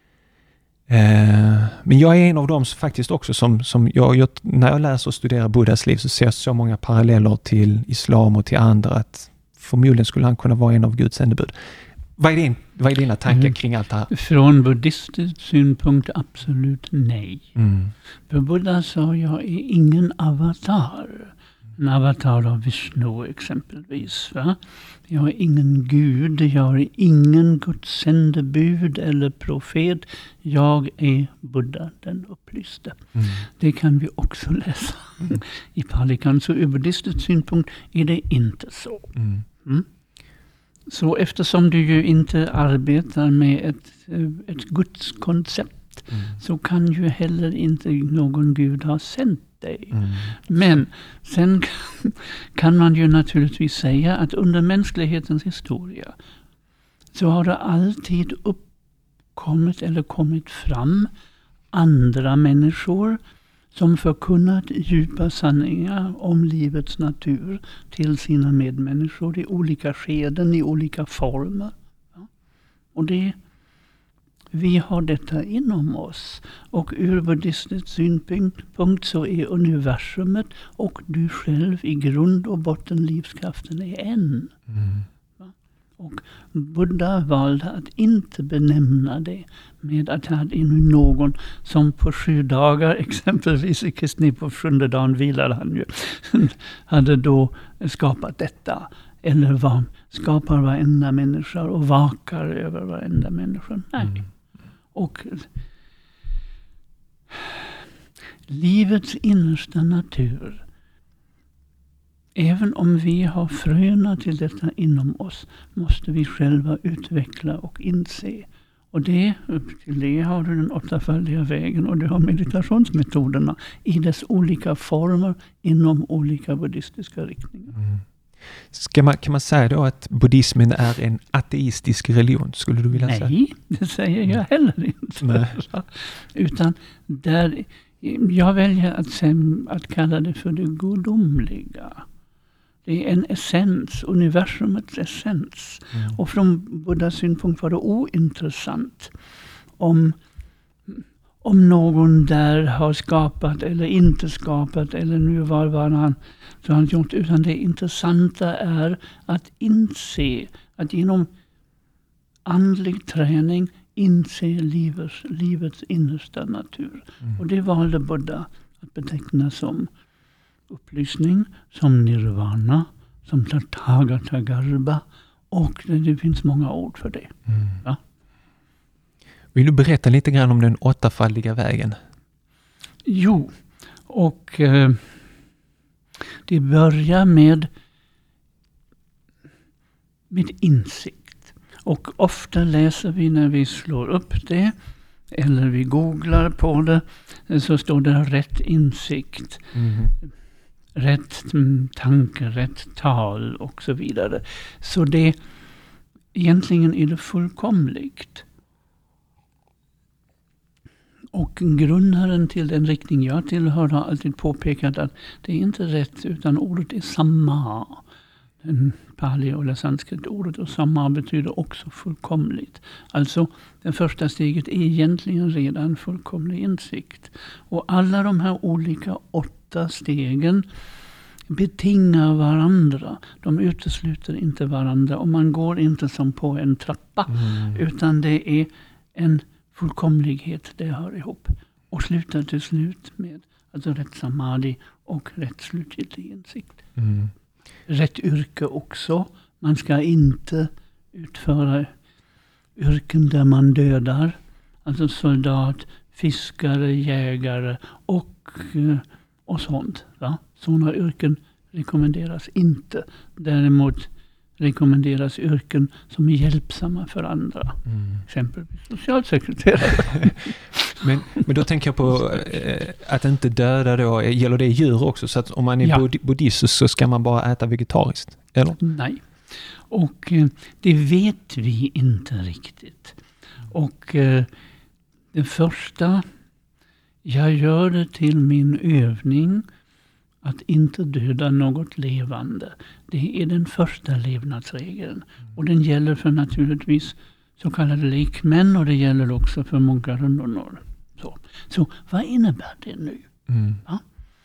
Men jag är en av dem som faktiskt också som jag när jag läser och studerar Buddhas liv så ser jag så många paralleller till islam och till andra att förmodligen skulle han kunna vara en av Guds sändebud. Vad är dina tankar kring allt det här? Från buddhistisk synpunkt absolut nej. För Buddha sa, jag är ingen avatar. En avatar av Vishnu exempelvis. Va? Jag är ingen gud, jag är ingen Guds sändebud eller profet. Jag är Buddha, den upplyste. Det kan vi också läsa i Palikan. Så ur buddhistisk synpunkt är det inte så. Så eftersom du ju inte arbetar med ett Guds koncept så kan ju heller inte någon gud ha sänt dig. Men sen kan man ju naturligtvis säga att under mänsklighetens historia så har det alltid uppkommit eller kommit fram andra människor som förkunnat djupa sanningar om livets natur till sina medmänniskor i olika skeden, i olika former. Ja. Och vi har detta inom oss. Och ur buddhistisk synpunkt så är universumet och du själv i grund och botten livskraften är en. Och Buddha valde att inte benämna det med att det är någon som på 7 dagar, exempelvis i Kisni på 7:e dagen vilade han ju, hade då skapat detta. Eller skapar varenda människa och vakar över varenda människa. Nej. Och livets innersta natur, även om vi har fröna till detta inom oss, måste vi själva utveckla och inse. Och till det har du den 8-fäldiga vägen och du har meditationsmetoderna i dess olika former inom olika buddhistiska riktningar. Kan man säga då att buddhismen är en ateistisk religion? Skulle du vilja säga? Nej, det säger jag heller inte. Nej. Utan jag väljer att kalla det för det gudomliga. Det är en essens, universumets essens. Och från Buddhas synpunkt var det ointressant om någon där har skapat eller inte skapat eller nu var han så han gjort. Utan det intressanta är att inse att genom andlig träning inse livets innersta natur. Och det valde Buddha att beteckna som upplysning, som nirvana, som tathagata garbha, och det finns många ord för det. Ja? Vill du berätta lite grann om den 8-faldiga vägen? Jo, och det börjar med insikt. Och ofta läser vi när vi slår upp det eller vi googlar på det så står det rätt insikt. Rätt tanke, rätt tal och så vidare. Så det egentligen är det fullkomligt. Och grundaren till den riktning jag tillhör har alltid påpekat att det är inte rätt utan ordet är samma. Den pali eller sanskrit ordet och samma betyder också fullkomligt. Alltså det första steget är egentligen redan fullkomlig insikt. Och alla de här olika 8 stegen betingar varandra. De utesluter inte varandra. Och man går inte som på en trappa. Utan det är en fullkomlighet. Det hör ihop. Och slutar till slut med alltså rätt samadhi och rätt slutgiltig insikt. Rätt yrke också. Man ska inte utföra yrken där man dödar. Alltså soldat, fiskare, jägare och sånt. Va? Sådana yrken rekommenderas inte. Däremot rekommenderas yrken som är hjälpsamma för andra. Exempelvis socialsekreterare. men då tänker jag på att inte döda då. Gäller det djur också? Så att om man är buddhist så ska man bara äta vegetariskt? Eller? Nej. Och det vet vi inte riktigt. Och det första, jag gör det till min övning att inte döda något levande. Det är den första levnadsregeln. Och den gäller för naturligtvis så kallade lekmän och det gäller också för munkar och nunnor. Så vad innebär det nu? Ja?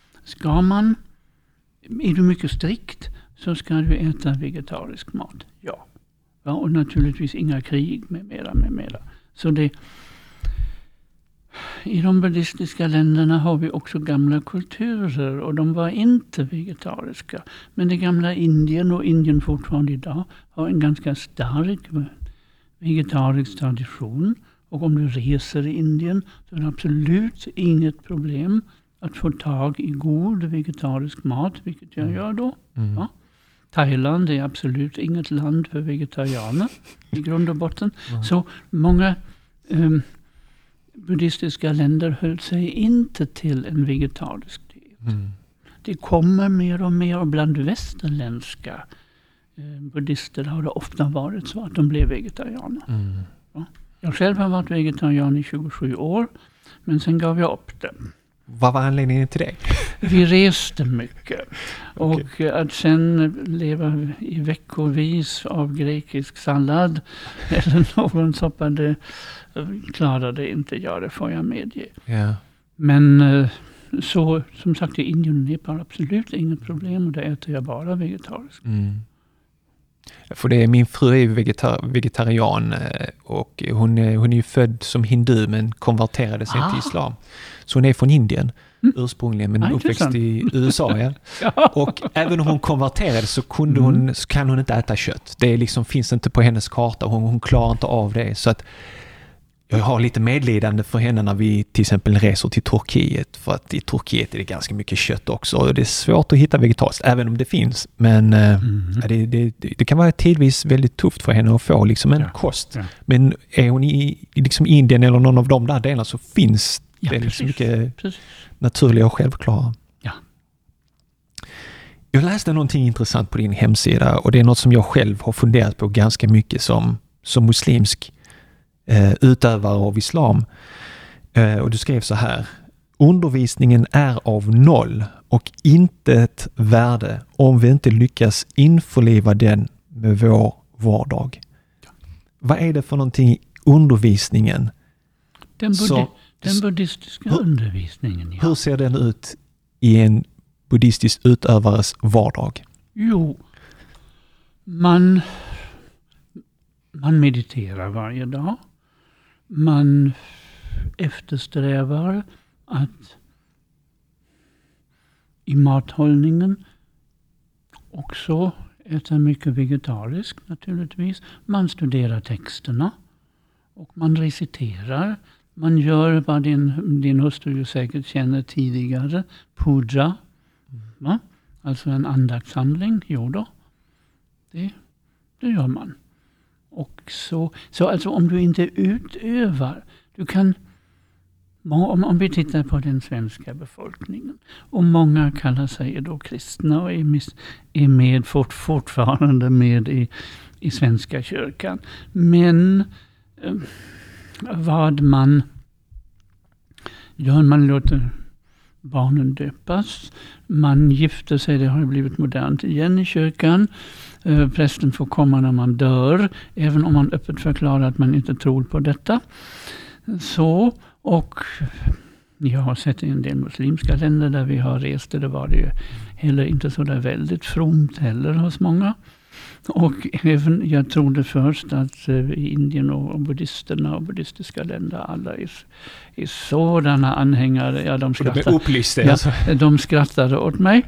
Är du mycket strikt så ska du äta vegetarisk mat. Ja, och naturligtvis inga krig med mera. Så i de buddhistiska länderna har vi också gamla kulturer och de var inte vegetariska. Men det gamla Indien och Indien fortfarande idag har en ganska stark vegetarisk tradition. Och om du reser i Indien så är det absolut inget problem att få tag i god vegetarisk mat, vilket jag gör då. Ja. Thailand är absolut inget land för vegetarianer i grund och botten. Så många buddhistiska länder höll sig inte till en vegetarisk diet. Det kommer mer och mer och bland västerländska buddhister har det ofta varit så att de blev vegetarianer. Ja. Jag själv har varit vegetarian i 27 år men sen gav jag upp det. Vad var anledningen till det? Vi reste mycket. Och att sen leva i veckovis av grekisk sallad eller någon soppa, det klarade inte jag, det får jag medge. Yeah. Men så som sagt i Indien och Nepal absolut inget problem och där äter jag bara vegetariskt. För det är, min fru är ju vegetarian och hon är ju född som hindu men konverterade sig till islam. Så hon är från Indien ursprungligen men uppväxt i USA. Ja. Och även om hon konverterade så kan hon inte äta kött. Det liksom finns inte på hennes karta och hon klarar inte av det. Så att jag har lite medlidande för henne när vi till exempel reser till Turkiet. För att i Turkiet är det ganska mycket kött också. Och det är svårt att hitta vegetariskt, även om det finns. Men det kan vara tidvis väldigt tufft för henne att få liksom en kost. Ja. Men är hon i liksom Indien eller någon av de där delarna så finns det liksom mycket naturliga och självklara. Ja. Jag läste någonting intressant på din hemsida. Och det är något som jag själv har funderat på ganska mycket som muslimsk utövare av islam. Och du skrev så här: undervisningen är av noll och inte ett värde om vi inte lyckas införliva den med vår vardag. Vad är det för någonting i undervisningen? Den buddhistiska undervisningen. Ja. Hur ser den ut i en buddhistisk utövares vardag? Jo, man mediterar varje dag. Man eftersträvar att i mathållningen också äta mycket vegetariskt naturligtvis. Man studerar texterna och man reciterar. Man gör vad din hustru ju säkert känner tidigare, puja. Va? Alltså en andaktssamling, jo då. Det gör man. Och så alltså om du inte utövar, du kan, om vi tittar på den svenska befolkningen, och många kallar sig då kristna och är fortfarande med i svenska kyrkan. Men vad man gör, man låter barnen döpas, man gifter sig, det har blivit modernt igen i kyrkan. Prästen får komma när man dör, även om man öppet förklarar att man inte tror på detta. Så, och jag har sett i en del muslimska länder där vi har rest, det var det ju heller inte så där väldigt fromt heller hos många. Och även, jag trodde först att i Indien och buddhisterna och buddhistiska länder alla är sådana anhängare. Ja, de skrattade åt mig.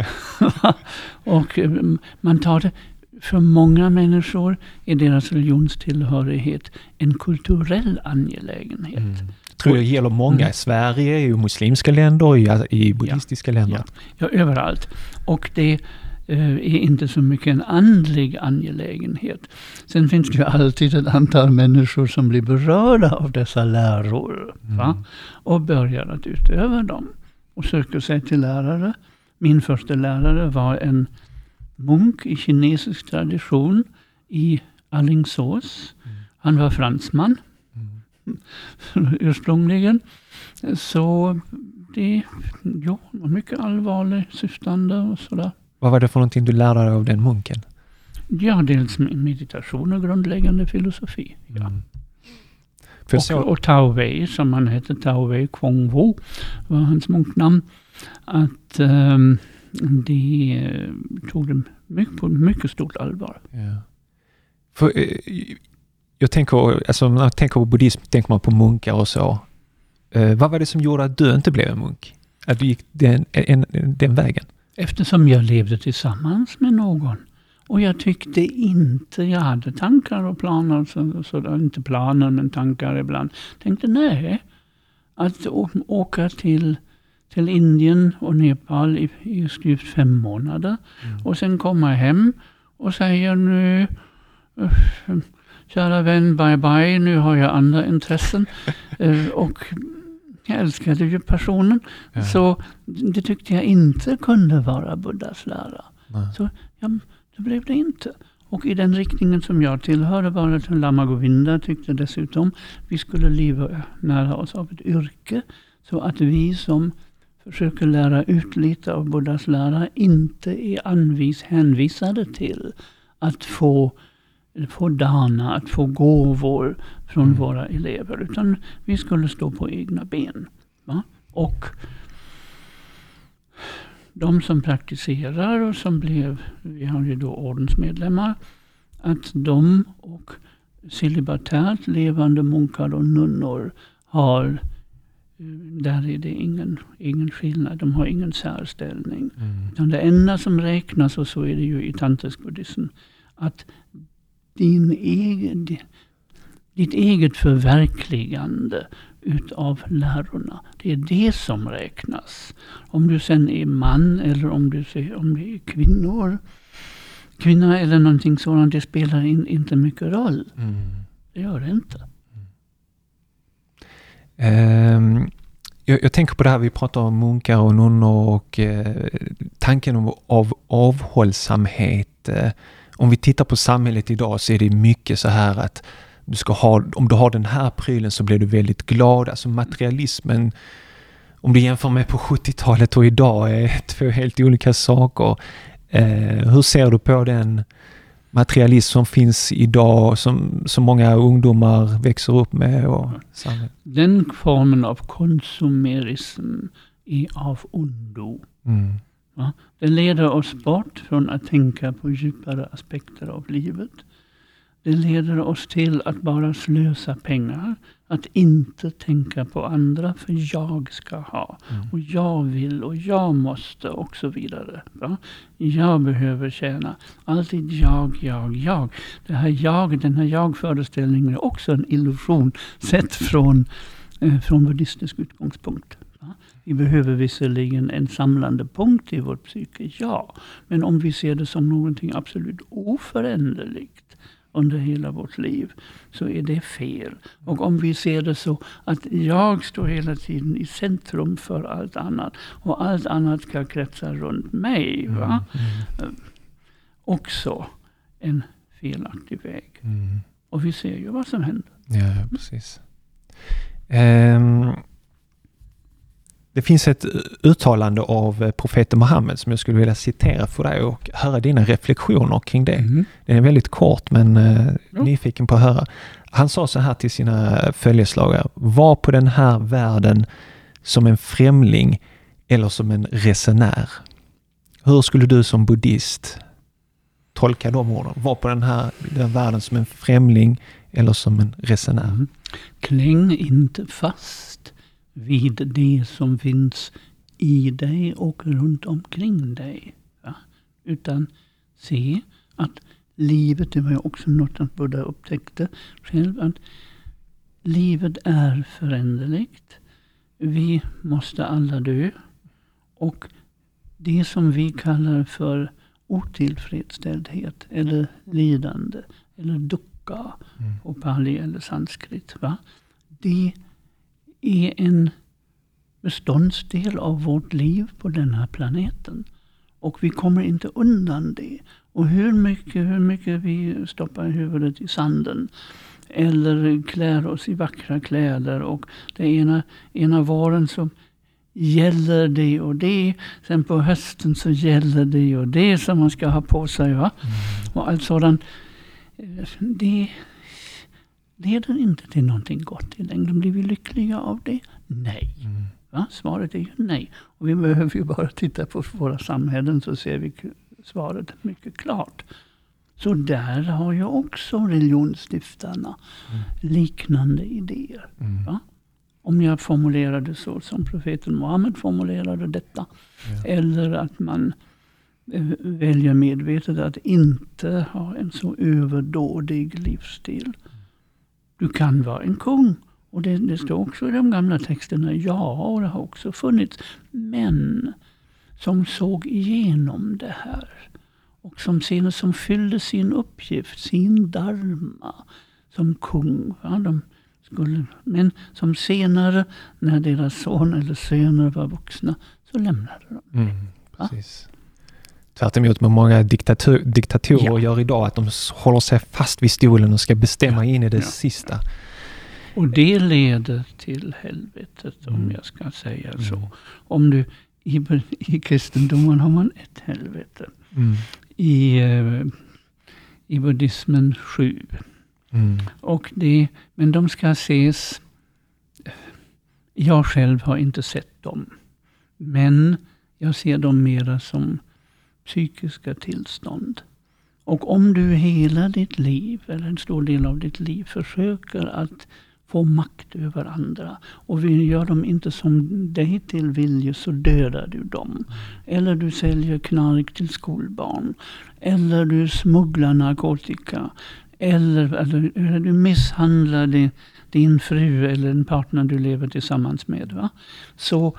Och man tar det, för många människor är deras religionstillhörighet en kulturell angelägenhet. Jag tror det gäller många. Sverige, i muslimska länder, i buddhistiska länder. Ja, överallt. Och det är inte så mycket en andlig angelägenhet. Sen finns det ju alltid ett antal människor som blir berörda av dessa läror. Va? Och börjar att utöva dem. Och söker sig till lärare. Min första lärare var en munk i kinesisk tradition i Alingsås. Han var fransman. Ursprungligen. Så det var mycket allvarligt syftande och sådär. Vad var det för någonting du lärde dig av den munken? Ja, dels meditation och grundläggande filosofi. Ja. Och Tao Wei, som han hette, Tao Wei Kwong Wu, var hans munknamn. Att det tog dem på mycket stort allvar. Ja. För, jag tänker på buddhism, tänker man på munkar och så. Vad var det som gjorde att du inte blev en munk? Att du gick den vägen? Eftersom jag levde tillsammans med någon. Och jag tyckte inte, jag hade tankar och planer, så inte planer men tankar ibland. Tänkte nej, att åka till Indien och Nepal i styvt 5 månader. Och sen komma hem och säga nu, kära vän, bye bye, nu har jag andra intressen. Och jag älskade ju personen. Ja. Så det tyckte jag inte kunde vara Buddhas lära. Nej. Så det blev det inte. Och i den riktningen som jag tillhörde var det Lama Govinda tyckte dessutom vi skulle leva nära oss av ett yrke. Så att vi som försöker lära ut lite av Buddhas lära inte är hänvisade till att få dana, att få gåvor från våra elever. Utan vi skulle stå på egna ben. Va? Och de som praktiserar och som vi har ju då ordensmedlemmar, att de och celibatärt levande munkar och nunnor har, där är det ingen skillnad, de har ingen särställning. Utan det enda som räknas, och så är det ju i tantrisk buddhism, att ditt eget förverkligande utav lärorna. Det är det som räknas. Om du sen är man eller om det är kvinna eller någonting sådant, det spelar inte mycket roll. Det gör det inte. Jag tänker på det här, vi pratar om munkar och nunnor och tanken av avhållsamhet. Om vi tittar på samhället idag så är det mycket så här att om du har den här prylen så blir du väldigt glad. Alltså materialismen, om du jämför med på 70-talet och idag, är 2 helt olika saker. Hur ser du på den materialism som finns idag, som många ungdomar växer upp med? Den formen av konsumerism är av ondo. Ja, det leder oss bort från att tänka på djupare aspekter av livet. Det leder oss till att bara slösa pengar. Att inte tänka på andra, för jag ska ha. Och jag vill och jag måste och så vidare. Ja? Jag behöver tjäna. Alltid jag. Den här jag-föreställningen är också en illusion sett från buddhistisk utgångspunkt. Ja? Vi behöver visserligen en samlande punkt i vårt psyke, ja. Men om vi ser det som någonting absolut oföränderligt under hela vårt liv, så är det fel. Och om vi ser det så att jag står hela tiden i centrum för allt annat och allt annat ska kretsa runt mig, va? Också en felaktig väg. Och vi ser ju vad som händer. Ja, precis. Det finns ett uttalande av profeten Muhammed som jag skulle vilja citera för dig och höra dina reflektioner kring det. Det är väldigt kort, men nyfiken på att höra. Han sa så här till sina följeslagare: var på den här världen som en främling eller som en resenär. Hur skulle du som buddhist tolka de orden? Var på den världen som en främling eller som en resenär? Kläng inte fast vid det som finns i dig och runt omkring dig. Va? Utan se att livet, det var ju också något att Buddha upptäckte själv, att livet är föränderligt. Vi måste alla dö. Och det som vi kallar för otillfredsställdhet eller lidande eller dukkha på pali eller sanskrit. Va? Det är en beståndsdel av vårt liv på den här planeten. Och vi kommer inte undan det. Och hur mycket vi stoppar huvudet i sanden eller klär oss i vackra kläder och det ena våren så gäller det och det. Sen på hösten så gäller det och det som man ska ha på sig. Va? Och allt sådant. Det leder inte till någonting gott i längden. Blir vi lyckliga av det? Nej. Va? Svaret är ju nej. Och vi behöver ju bara titta på våra samhällen så ser vi svaret mycket klart. Så där har ju också religionsstiftarna liknande idéer. Va? Om jag formulerar det så som profeten Muhammed formulerade detta. Ja. Eller att man väljer medvetet att inte ha en så överdådig livsstil. Du kan vara en kung. Och det står också i de gamla texterna. Ja, och det har också funnits män som såg igenom det här. Och som fyllde sin uppgift, sin dharma som kung. Va? Men som senare, när deras son eller söner var vuxna, så lämnade de. Precis. Tvärt emot med många diktatorer gör idag, att de håller sig fast vid stolen och ska bestämma in i det sista. Och det leder till helvetet, om jag ska säga så. Om du i kristendomen har man ett helvete. I buddhismen 7. Men de ska ses. Jag själv har inte sett dem. Men jag ser dem mera som psykiska tillstånd. Och om du hela ditt liv, eller en stor del av ditt liv, försöker att få makt över andra och vi gör dem inte som dig till vilja, så dödar du dem. Eller du säljer knark till skolbarn. Eller du smugglar narkotika. Eller du misshandlar din fru eller en partner du lever tillsammans med. Va? Så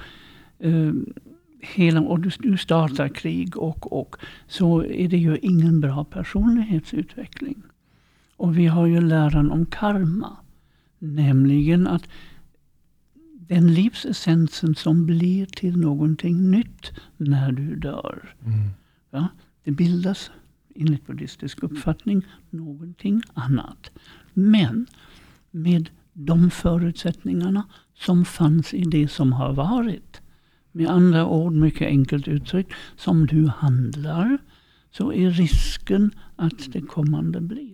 och du startar krig och så är det ju ingen bra personlighetsutveckling. Och vi har ju läran om karma. Nämligen att den livsessensen som blir till någonting nytt när du dör. Ja, det bildas enligt buddhistisk uppfattning någonting annat. Men med de förutsättningarna som fanns i det som har varit. Med andra ord, mycket enkelt uttryckt, som du handlar, så är risken att det kommande blir.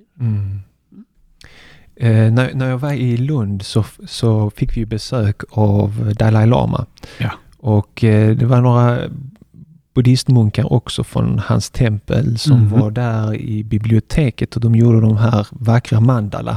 När jag var i Lund så fick vi besök av Dalai Lama. Ja. Och det var några buddhistmunkar också från hans tempel som var där i biblioteket och de gjorde de här vackra mandala.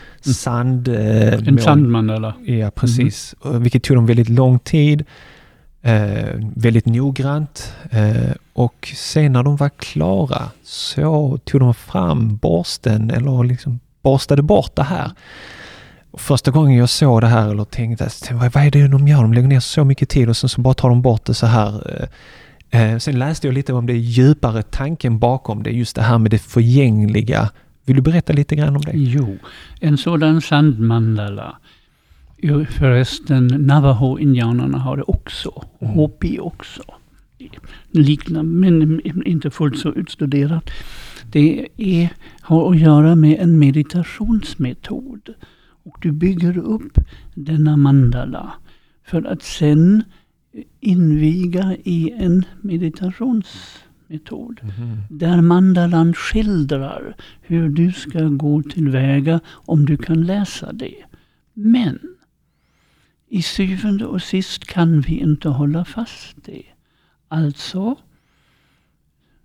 En sandmandala. Ja, precis. Vilket tog dem väldigt lång tid. Väldigt noggrant. Och sen när de var klara så tog de fram borsten eller liksom borstade bort det här. Och första gången jag såg det här eller tänkte vad är det de gör? De lägger ner så mycket tid och sen så bara tar de bort det så här. Sen läste jag lite om det djupare tanken bakom det. Just det här med det förgängliga. Vill du berätta lite grann om det? Jo, en sådan sandmandala. Förresten, Navajo-indianerna har det också. Och Hopi också. Liknande, men inte fullt så utstuderat. Det har att göra med en meditationsmetod. Och du bygger upp denna mandala för att sen inviga i en meditationsmetod. Där mandalan skildrar hur du ska gå tillväga om du kan läsa det. Men i syvende och sist kan vi inte hålla fast det. Alltså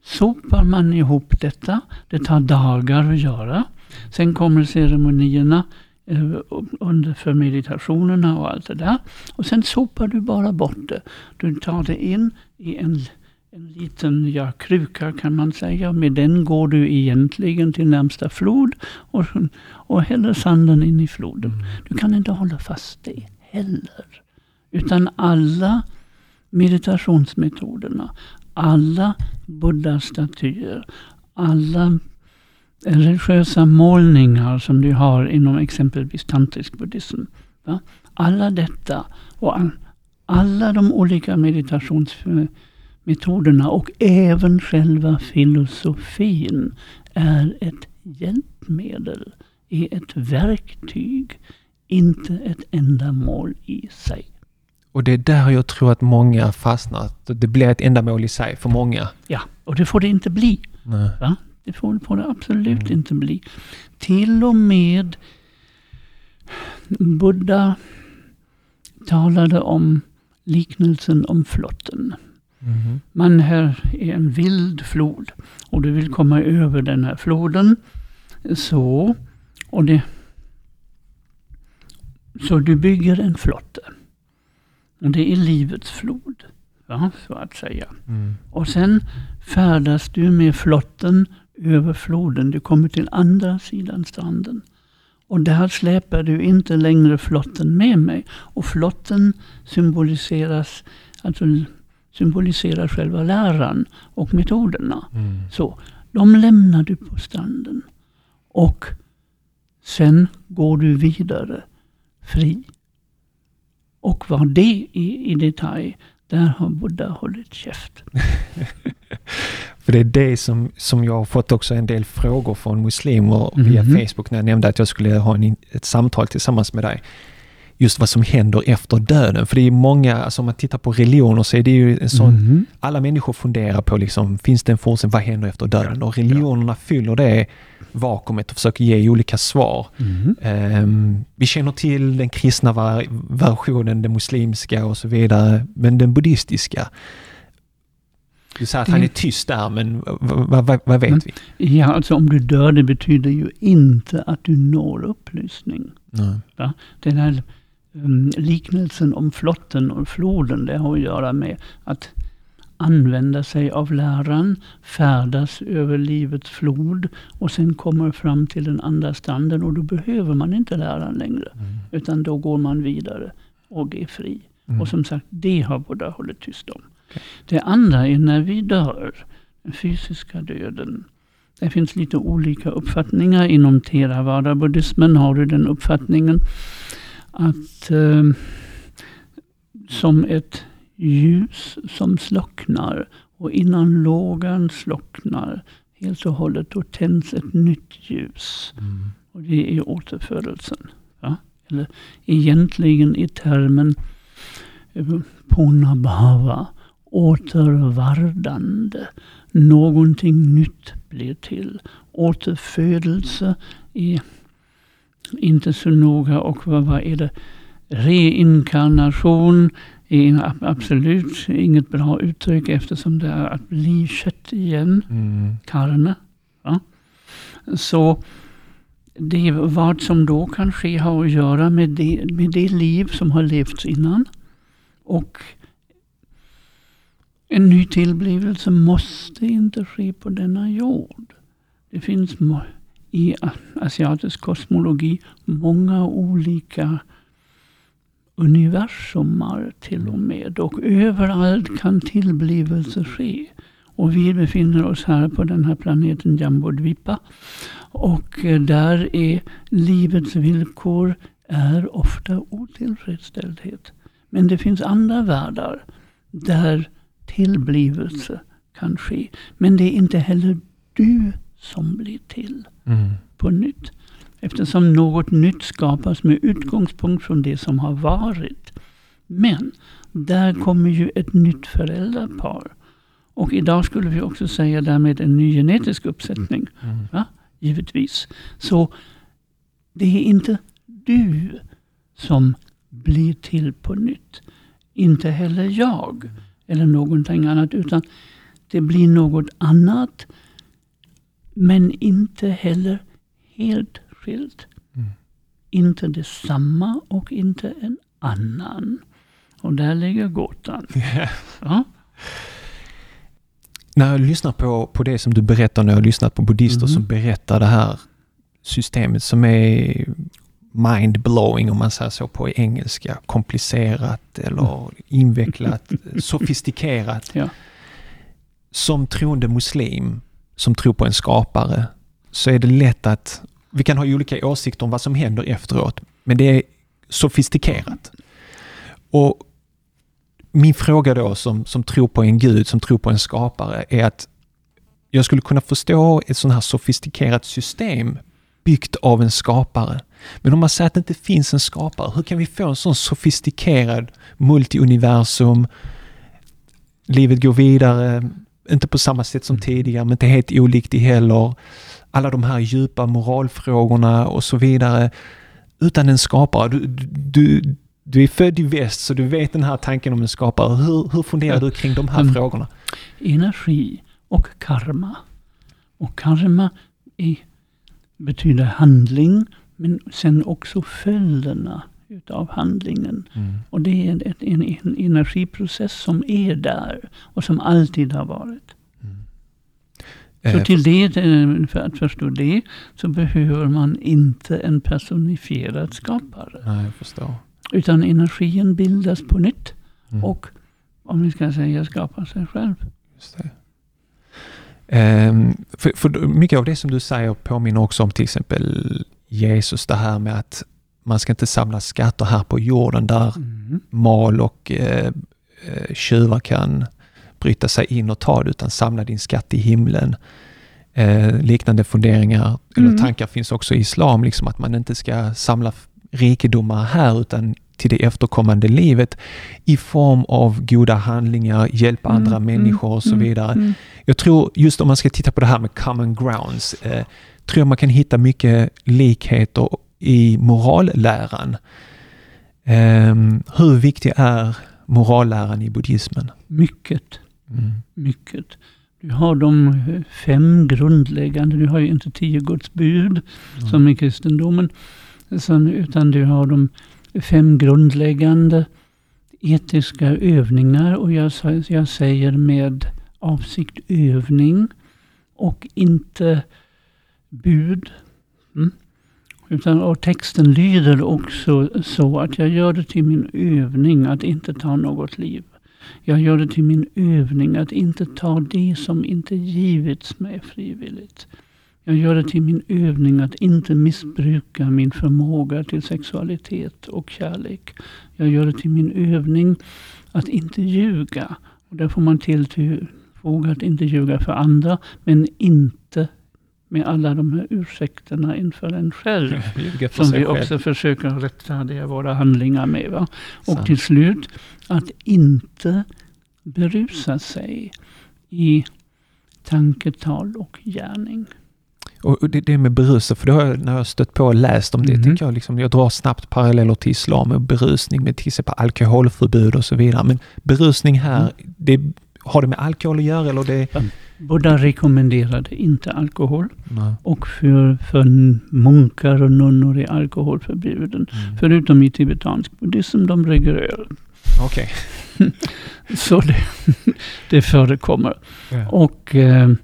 sopar man ihop detta. Det tar dagar att göra. Sen kommer ceremonierna för meditationerna och allt det där. Och sen sopar du bara bort det. Du tar det in i en liten kruka kan man säga. Med den går du egentligen till närmsta flod och häller sanden in i floden. Du kan inte hålla fast det heller. Utan alla meditationsmetoderna, alla buddha-statyer, alla religiösa målningar som du har inom exempelvis tantrisk buddhism. Va? Alla detta och alla de olika meditationsmetoderna och även själva filosofin är ett hjälpmedel, är ett verktyg, inte ett ändamål i sig. Och det är där jag tror att många fastnar. Det blir ett ändamål i sig för många. Ja, och det får det inte bli. Nej. Va? Det får det absolut inte bli. Till och med Buddha talade om liknelsen om flotten. Man här är en vild flod och du vill komma över den här floden. Så du bygger en flotte. Och det är livets flod. Ja, så att säga. Och sen färdas du med flotten över floden. Du kommer till andra sidan stranden. Och där släpar du inte längre flotten med mig. Och flotten symboliserar själva läran och metoderna. Så, de lämnar du på stranden. Och sen går du vidare fri. Och vad det är i detalj, där har Buddha hållit käft. För det är det som jag har fått också en del frågor från muslimer via Facebook när jag nämnde att jag skulle ha ett samtal tillsammans med dig. Just vad som händer efter döden. För det är många, alltså om man tittar på religioner så är det ju en sån, alla människor funderar på liksom, finns det en fortsättning, vad händer efter döden? Och religionerna fyller det vakuumet och försöker ge olika svar. Vi känner till den kristna versionen, den muslimska och så vidare, men den buddhistiska. Du säger att han är tyst där, men vad vet vi? Ja, alltså om du dör, det betyder ju inte att du når upplysning. Ja, den här liknelsen om flotten och floden, det har att göra med att använda sig av läran, färdas över livets flod och sen kommer fram till den andra stranden och då behöver man inte läran längre. Utan då går man vidare och är fri. Och som sagt, det har Buddha hållit tyst om. Okay. Det andra är när vi dör, den fysiska döden. Det finns lite olika uppfattningar. Inom Theravada-buddhismen har du den uppfattningen att som ett ljus som slocknar och innan lågan slocknar helt och hållet då tänds ett nytt ljus. Och det är återfödelsen. Ja? Eller egentligen i termen Punabhava, återvardande. Någonting nytt blir till. Återfödelse är inte så noga. Och vad är det? Reinkarnation är absolut inget bra uttryck eftersom det är att bli kött igen. Karma. Ja? Så det vad som då kan ske har att göra med det liv som har levts innan. Och en ny tillblivelse måste inte ske på denna jord. Det finns i asiatisk kosmologi många olika universumar till och med. Och överallt kan tillblivelse ske. Och vi befinner oss här på den här planeten Jambudvipa. Och där är livets villkor är ofta otillfredsställhet. Men det finns andra världar där tillblivelse kan ske. Men det är inte heller du som blir till på nytt. Eftersom något nytt skapas med utgångspunkt från det som har varit. Men där kommer ju ett nytt föräldrapar. Och idag skulle vi också säga därmed en ny genetisk uppsättning. Ja, givetvis. Så det är inte du som blir till på nytt. Inte heller jag eller någonting annat, utan det blir något annat, men inte heller helt skilt. Inte detsamma och inte en annan. Och där ligger gåtan. Ja. När jag lyssnar på det som du berättar, när jag har lyssnat på buddhister som berättar det här systemet som är mind-blowing, om man säger så på engelska, komplicerat eller invecklat, sofistikerat. Ja. Som troende muslim som tror på en skapare, så är det lätt att vi kan ha olika åsikter om vad som händer efteråt, men det är sofistikerat. Och min fråga då som tror på en gud, som tror på en skapare, är att jag skulle kunna förstå ett sån här sofistikerat system byggt av en skapare. Men om man säger att det inte finns en skapare, hur kan vi få en sån sofistikerad multiuniversum? Livet går vidare, inte på samma sätt som tidigare, men inte helt olikt i heller. Alla de här djupa moralfrågorna och så vidare. Utan en skapare. Du är född i väst, så du vet den här tanken om en skapare. Hur funderar du kring de här frågorna? Energi och karma. Och karma betyder handling, men sen också följderna utav handlingen. Och det är en energiprocess som är där och som alltid har varit. Så till det, för att förstå det, så behöver man inte en personifierad skapare. Nej, jag förstår. Utan energin bildas på nytt och, om vi ska säga, skapar sig själv. Just det. För mycket av det som du säger påminner också om till exempel Jesus, det här med att man ska inte samla skatter här på jorden där mal och tjuvar kan bryta sig in och ta det, utan samla din skatt i himlen. Liknande funderingar eller tankar finns också i islam, liksom att man inte ska samla rikedomar här utan till det efterkommande livet i form av goda handlingar, hjälpa andra människor och så vidare. Jag tror just om man ska titta på det här med common grounds, tror jag man kan hitta mycket likheter i moralläran. Hur viktig är moralläran i buddhismen? Mycket. Mycket. Du har de 5 grundläggande, du har ju inte 10 Guds bud som i kristendomen, utan du har de 5 grundläggande etiska övningar, och jag säger med avsikt övning och inte bud. Och texten lyder också så att jag gör det till min övning att inte ta något liv. Jag gör det till min övning att inte ta det som inte givits mig frivilligt. Jag gör det till min övning att inte missbruka min förmåga till sexualitet och kärlek. Jag gör det till min övning att inte ljuga. Och där får man tillfoga att inte ljuga för andra, men inte med alla de här ursäkterna inför en själv. Som vi också försöker rättfärdiga våra handlingar med. Va? Och till slut att inte berusa sig i tanketal och gärning. Och det med berusa, för det har jag, när jag har stött på och läst om det, tycker jag liksom, jag drar snabbt paralleller till islam och berusning med till exempel alkoholförbud och så vidare. Men berusning här, har det med alkohol att göra? Eller det... Buddha rekommenderade inte alkohol. Och för munkar och nunnor är alkohol förbjuden. Förutom i tibetansk buddhism, de dricker öl. Okej. Så det förekommer. Yeah. Och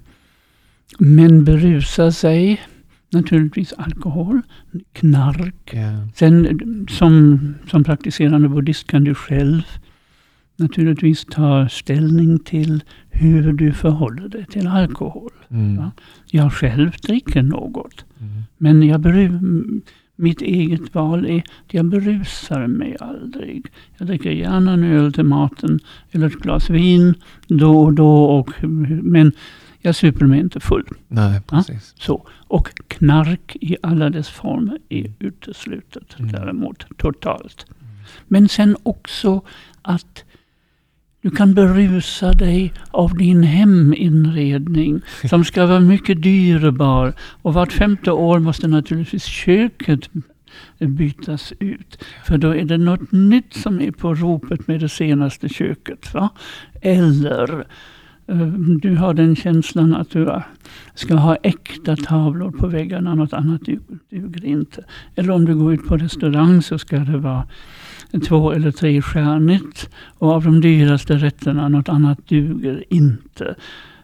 men berusa sig, naturligtvis alkohol, knark. Yeah. Sen som praktiserande buddhist kan du själv naturligtvis ta ställning till hur du förhåller dig till alkohol. Ja? Jag själv dricker något. Men mitt eget val är att jag berusar mig aldrig. Jag dricker gärna en öl till maten eller ett glas vin då och då. Men jag super mig inte full. Nej, precis. Ja? Så. Och knark i alla dess former är uteslutet. Däremot totalt. Men sen också att du kan berusa dig av din heminredning som ska vara mycket dyrbar. Och vart 5:e år måste naturligtvis köket bytas ut. För då är det något nytt som är på ropet med det senaste köket. Va? Eller Du har den känslan att du ska ha äkta tavlor på väggarna, något annat duger inte. Eller om du går ut på restaurang så ska det vara 2 eller 3 stjärnigt. Och av de dyraste rätterna, något annat duger inte.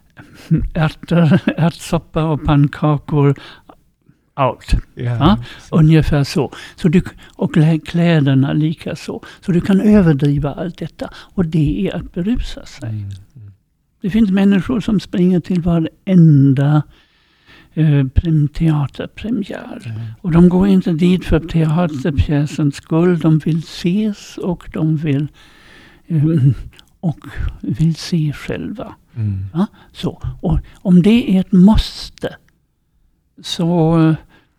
Ärtsoppa och pannkakor, out. Ungefär så. Och kläderna lika så. Så du kan överdriva allt detta. Och det är att berusa sig. Det finns människor som springer till varenda teaterpremiär. Och de går inte dit för teaterpjäsens skull. De vill ses och de vill se själva. Ja? Så. Och om det är ett måste så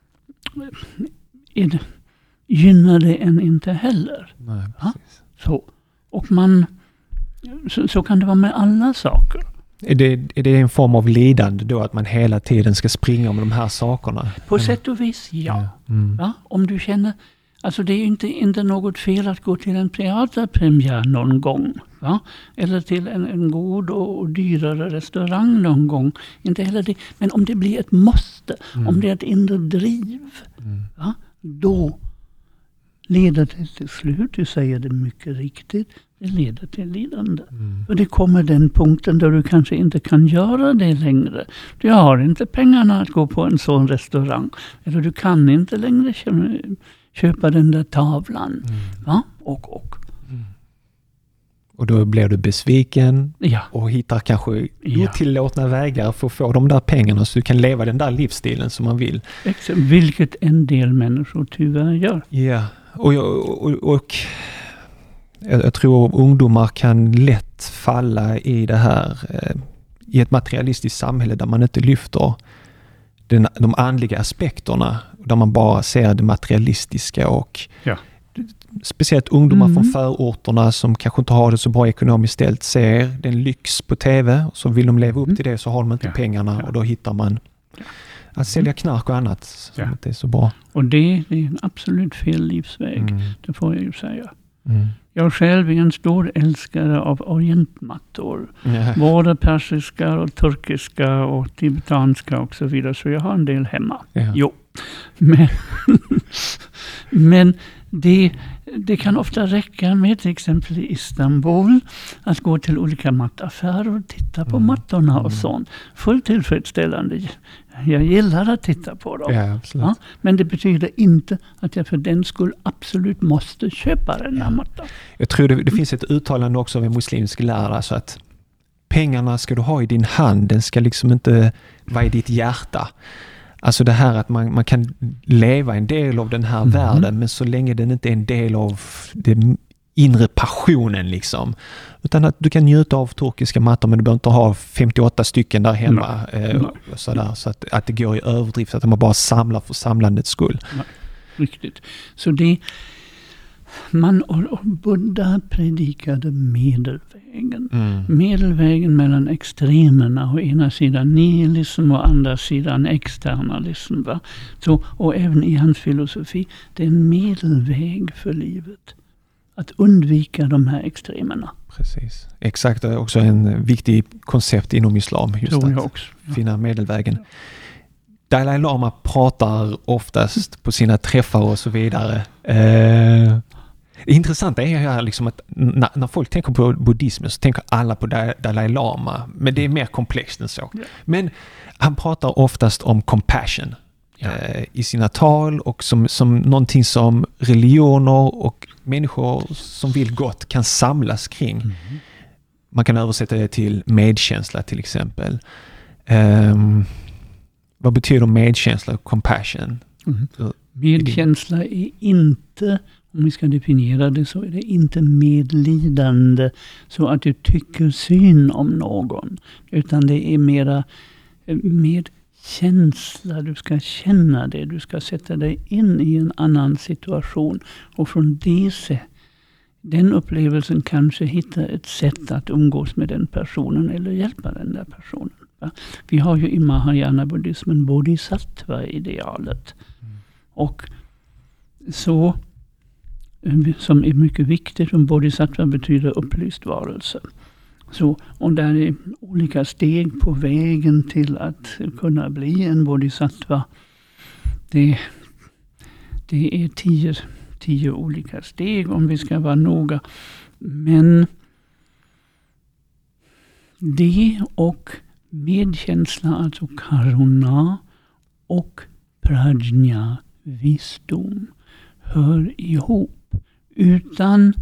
gynnar det en inte heller. Nej, ja? Så. Och så kan det vara med alla saker. Är det en form av lidande då att man hela tiden ska springa med de här sakerna? På sätt och vis, ja. Ja, om du känner, alltså det är ju inte något fel att gå till en teaterpremiär någon gång. Va? Eller till en god och dyrare restaurang någon gång. Inte heller det. Men om det blir ett måste, om det är ett inre driv, va? Då leder det till slut, du säger det mycket riktigt, det leder till lidande. Och det kommer den punkten där du kanske inte kan göra det längre. Du har inte pengarna att gå på en sån restaurang. Eller du kan inte längre köpa den där tavlan. Va? Och då blir du besviken och hittar kanske otillåtna vägar för att få de där pengarna så du kan leva den där livsstilen som man vill. Exakt, vilket en del människor tyvärr gör. Ja, och jag tror ungdomar kan lätt falla i det här i ett materialistiskt samhälle där man inte lyfter de andliga aspekterna, där man bara ser det materialistiska och speciellt ungdomar från förorterna som kanske inte har det så bra ekonomiskt ställt ser den lyx på tv och så vill de leva upp till det så har de inte pengarna och då hittar man att sälja knark och annat som inte är så bra. Och det är en absolut fel livsväg, det får jag ju säga. Jag själv är en stor älskare av orientmattor. Både persiska och turkiska och tibetanska och så vidare. Så jag har en del hemma. Jo. Men det kan ofta räcka med till exempel i Istanbul att gå till olika mattaffärer och titta på mattorna och sånt. Fullt tillfredsställande. Jag gillar att titta på dem. Ja, absolut. Ja, men det betyder inte att jag för den skull absolut måste köpa den här mattan. Jag tror det finns ett uttalande också av en muslimsk lärare så att pengarna ska du ha i din hand, den ska liksom inte vara i ditt hjärta. Alltså det här att man kan leva en del av den här världen men så länge den inte är en del av den inre passionen liksom. Utan att du kan njuta av turkiska mattor men du behöver inte ha 58 stycken där hemma. Sådär, så att det går i överdrift att man bara samlar för samlandets skull. Nej, riktigt. Så Buddha predikade medelvägen. Medelvägen mellan extremerna, å ena sidan nihilism och andra sidan externalism. Va? Så, och även i hans filosofi, det är en medelväg för livet. Att undvika de här extremerna. Precis. Exakt, det är också en viktig koncept inom islam. Just tror jag också. Finna medelvägen. Dalai Lama pratar oftast på sina träffar och så vidare. Det intressanta är liksom att när folk tänker på buddhismen så tänker alla på Dalai Lama. Men det är mer komplext än så. Yeah. Men han pratar oftast om compassion i sina tal och som någonting som religioner och människor som vill gott kan samlas kring. Man kan översätta det till medkänsla till exempel. Vad betyder medkänsla och compassion? Medkänsla är inte, om vi ska definiera det, så är det inte medlidande så att du tycker syn om någon. Utan det är mera medkänsla. Du ska känna det. Du ska sätta dig in i en annan situation. Och från den upplevelsen kanske hitta ett sätt att umgås med den personen eller hjälpa den där personen. Va? Vi har ju i Mahayana-buddhismen bodhisattva-idealet. Och så, som är mycket viktigt, om bodhisattva betyder upplyst varelse. Så, och där är olika steg på vägen till att kunna bli en bodhisattva. Det är 10 olika steg om vi ska vara noga. Men det och medkänsla, alltså karuna, och prajna, visdom, hör ihop. Utan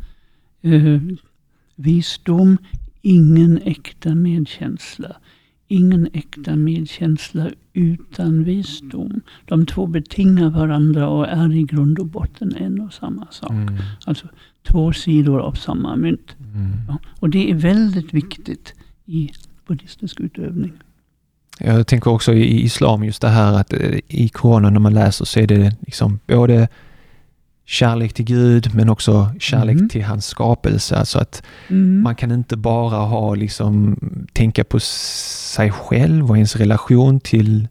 visdom, ingen äkta medkänsla. Ingen äkta medkänsla utan visdom. De två betingar varandra och är i grund och botten en och samma sak. Alltså 2 sidor av samma mynt. Ja, och det är väldigt viktigt i buddhistisk utövning. Jag tänker också i islam just det här att i Koranen när man läser så är det liksom både kärlek till Gud men också kärlek till hans skapelse. Alltså att man kan inte bara ha liksom tänka på sig själv och ens relation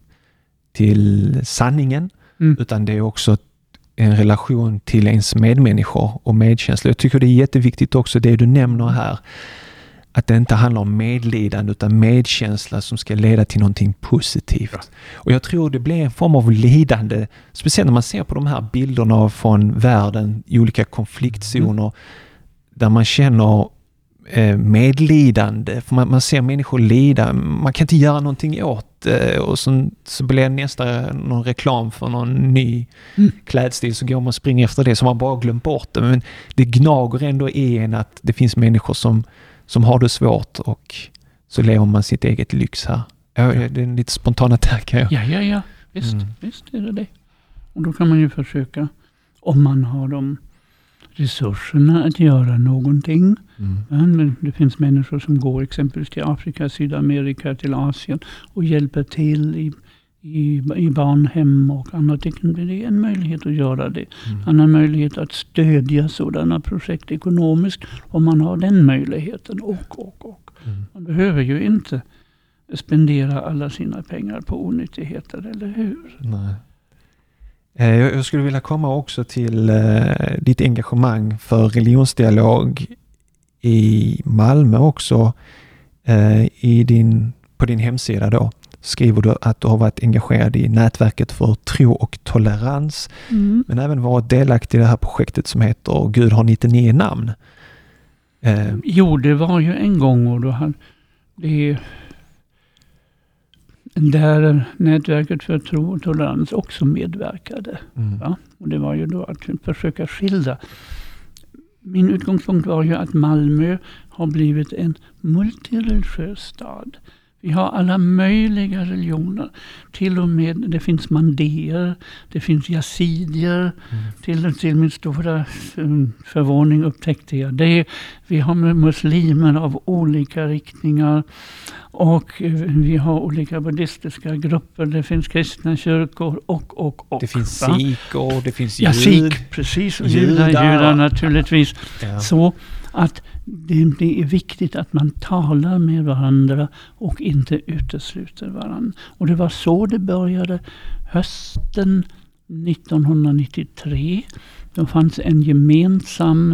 till sanningen utan det är också en relation till ens medmänniskor och medkänsla. Jag tycker det är jätteviktigt också det du nämner här. Att det inte handlar om medlidande utan medkänsla som ska leda till någonting positivt. Ja. Och jag tror det blir en form av lidande, speciellt när man ser på de här bilderna från världen i olika konfliktzoner där man känner medlidande. För man ser människor lida. Man kan inte göra någonting åt och så blir nästa någon reklam för någon ny klädstil så går man och springer efter det så man bara glömt bort det. Men det gnager ändå i en att det finns människor som har det svårt och så lever man sitt eget lyx här. Ja, det är en lite spontan attack här. Ja. Visst är det. Och då kan man ju försöka, om man har de resurserna att göra någonting. Men det finns människor som går exempelvis till Afrika, Sydamerika, till Asien och hjälper till i barnhem och annat. Det kan bli en möjlighet att göra det. Annan möjlighet att stödja sådana projekt ekonomiskt om man har den möjligheten. Man behöver ju inte spendera alla sina pengar på onyttigheter, eller hur? Nej. Jag skulle vilja komma också till ditt engagemang för religionsdialog i Malmö också. På din hemsida då skriver du att du har varit engagerad i nätverket för tro och tolerans. Men även varit delaktig i det här projektet som heter Gud har 99 namn. Jo, det var ju en gång och då hade det där nätverket för tro och tolerans också medverkade. Ja? Och det var ju då att försöka skilja. Min utgångspunkt var ju att Malmö har blivit en multireligiös stad. Vi har alla möjliga religioner. Till och med, det finns mandéer, det finns yazidier. Till min stora förvåning upptäckte jag det. Vi har muslimer av olika riktningar. Och vi har olika buddhistiska grupper. Det finns kristna kyrkor och. Det finns sikher, det finns sikh, precis. Och judar naturligtvis. Ja. Så att det är viktigt att man talar med varandra och inte utesluter varandra. Och det var så det började hösten 1993. Då fanns en gemensam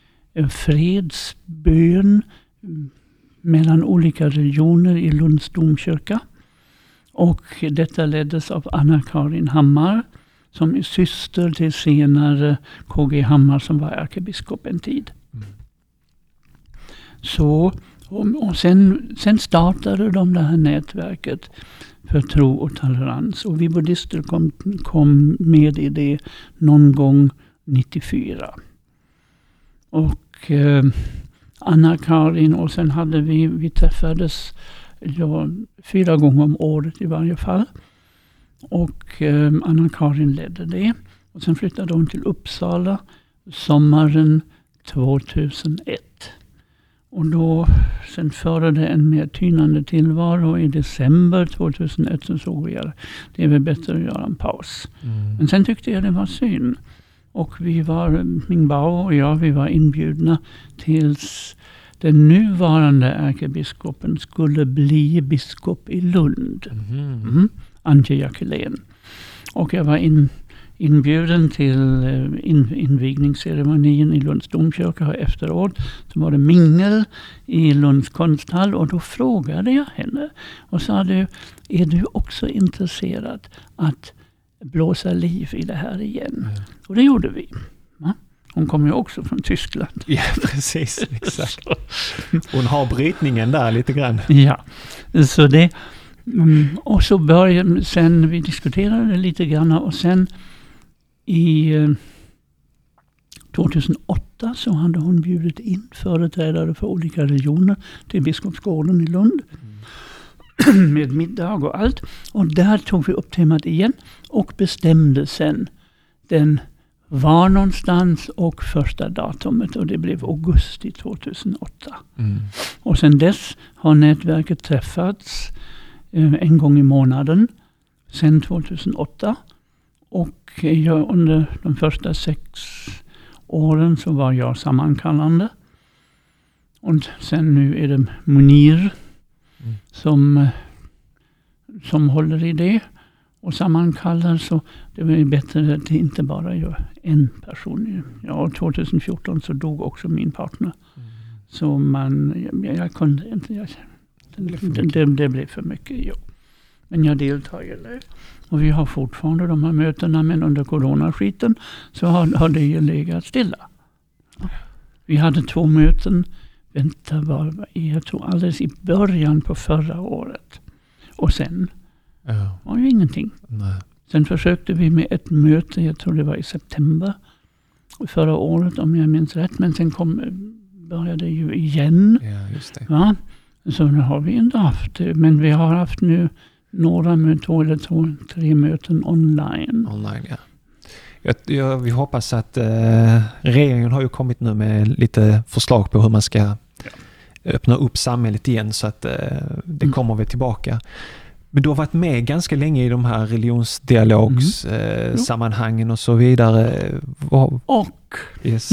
fredsbön mellan olika religioner i Lunds domkyrka. Och detta leddes av Anna-Karin Hammar som är syster till senare KG Hammar som var ärkebiskop en tid. Så, och sen startade de det här nätverket för tro och tolerans. Och vi buddhister kom med i det någon gång 94. Och Anna-Karin och sen hade vi träffades 4 gånger om året i varje fall. Och Anna-Karin ledde det. Och sen flyttade hon till Uppsala sommaren 2001. Och då sen förde en mer tynande tillvaro i december 2001 så såg vi att det är väl bättre att göra en paus. Men sen tyckte jag det var synd. Och Ming Bao och jag, vi var inbjudna tills den nuvarande ärkebiskopen skulle bli biskop i Lund. Antje Jackelén. Och jag var inbjuden till invigningsceremonin i Lunds domkyrka efteråt. Så var det mingel i Lunds konsthall och då frågade jag henne och sa är du också intresserad att blåsa liv i det här igen? Och det gjorde vi. Ja? Hon kom ju också från Tyskland. Ja, precis. Exakt. Hon har brytningen där lite grann. Ja, så det... och så började sen vi diskuterade lite grann och sen i 2008 så hade hon bjudit in företrädare för olika religioner till Biskopsgården i Lund med middag och allt. Och där tog vi upp temat igen och bestämde sen den var någonstans och första datumet och det blev augusti 2008. Och sen dess har nätverket träffats en gång i månaden sen 2008 och under de första 6 åren så var jag sammankallande och sen nu är det Munir som håller i det och sammankallar, så det var bättre att det inte bara gör en person. Ja, 2014 så dog också min partner. Så jag kunde inte, det blev för mycket. Jo. Men jag deltar ju nu. Och vi har fortfarande de här mötena, men under coronaskiten så har det ju legat stilla. Ja. Vi hade 2 möten, jag tror alldeles i början på förra året. Och sen var ju ingenting. Nej. Sen försökte vi med ett möte, jag tror det var i september förra året om jag minns rätt. Men sen började ju igen. Ja, just det. Ja. Så nu har vi inte haft det. Men vi har haft nu några möten, 2 eller 3 möten online. Online, ja. Vi hoppas att regeringen har ju kommit nu med lite förslag på hur man ska öppna upp samhället igen så att det kommer vi tillbaka. Men du har varit med ganska länge i de här religionsdialogssammanhangen och så vidare. Yes.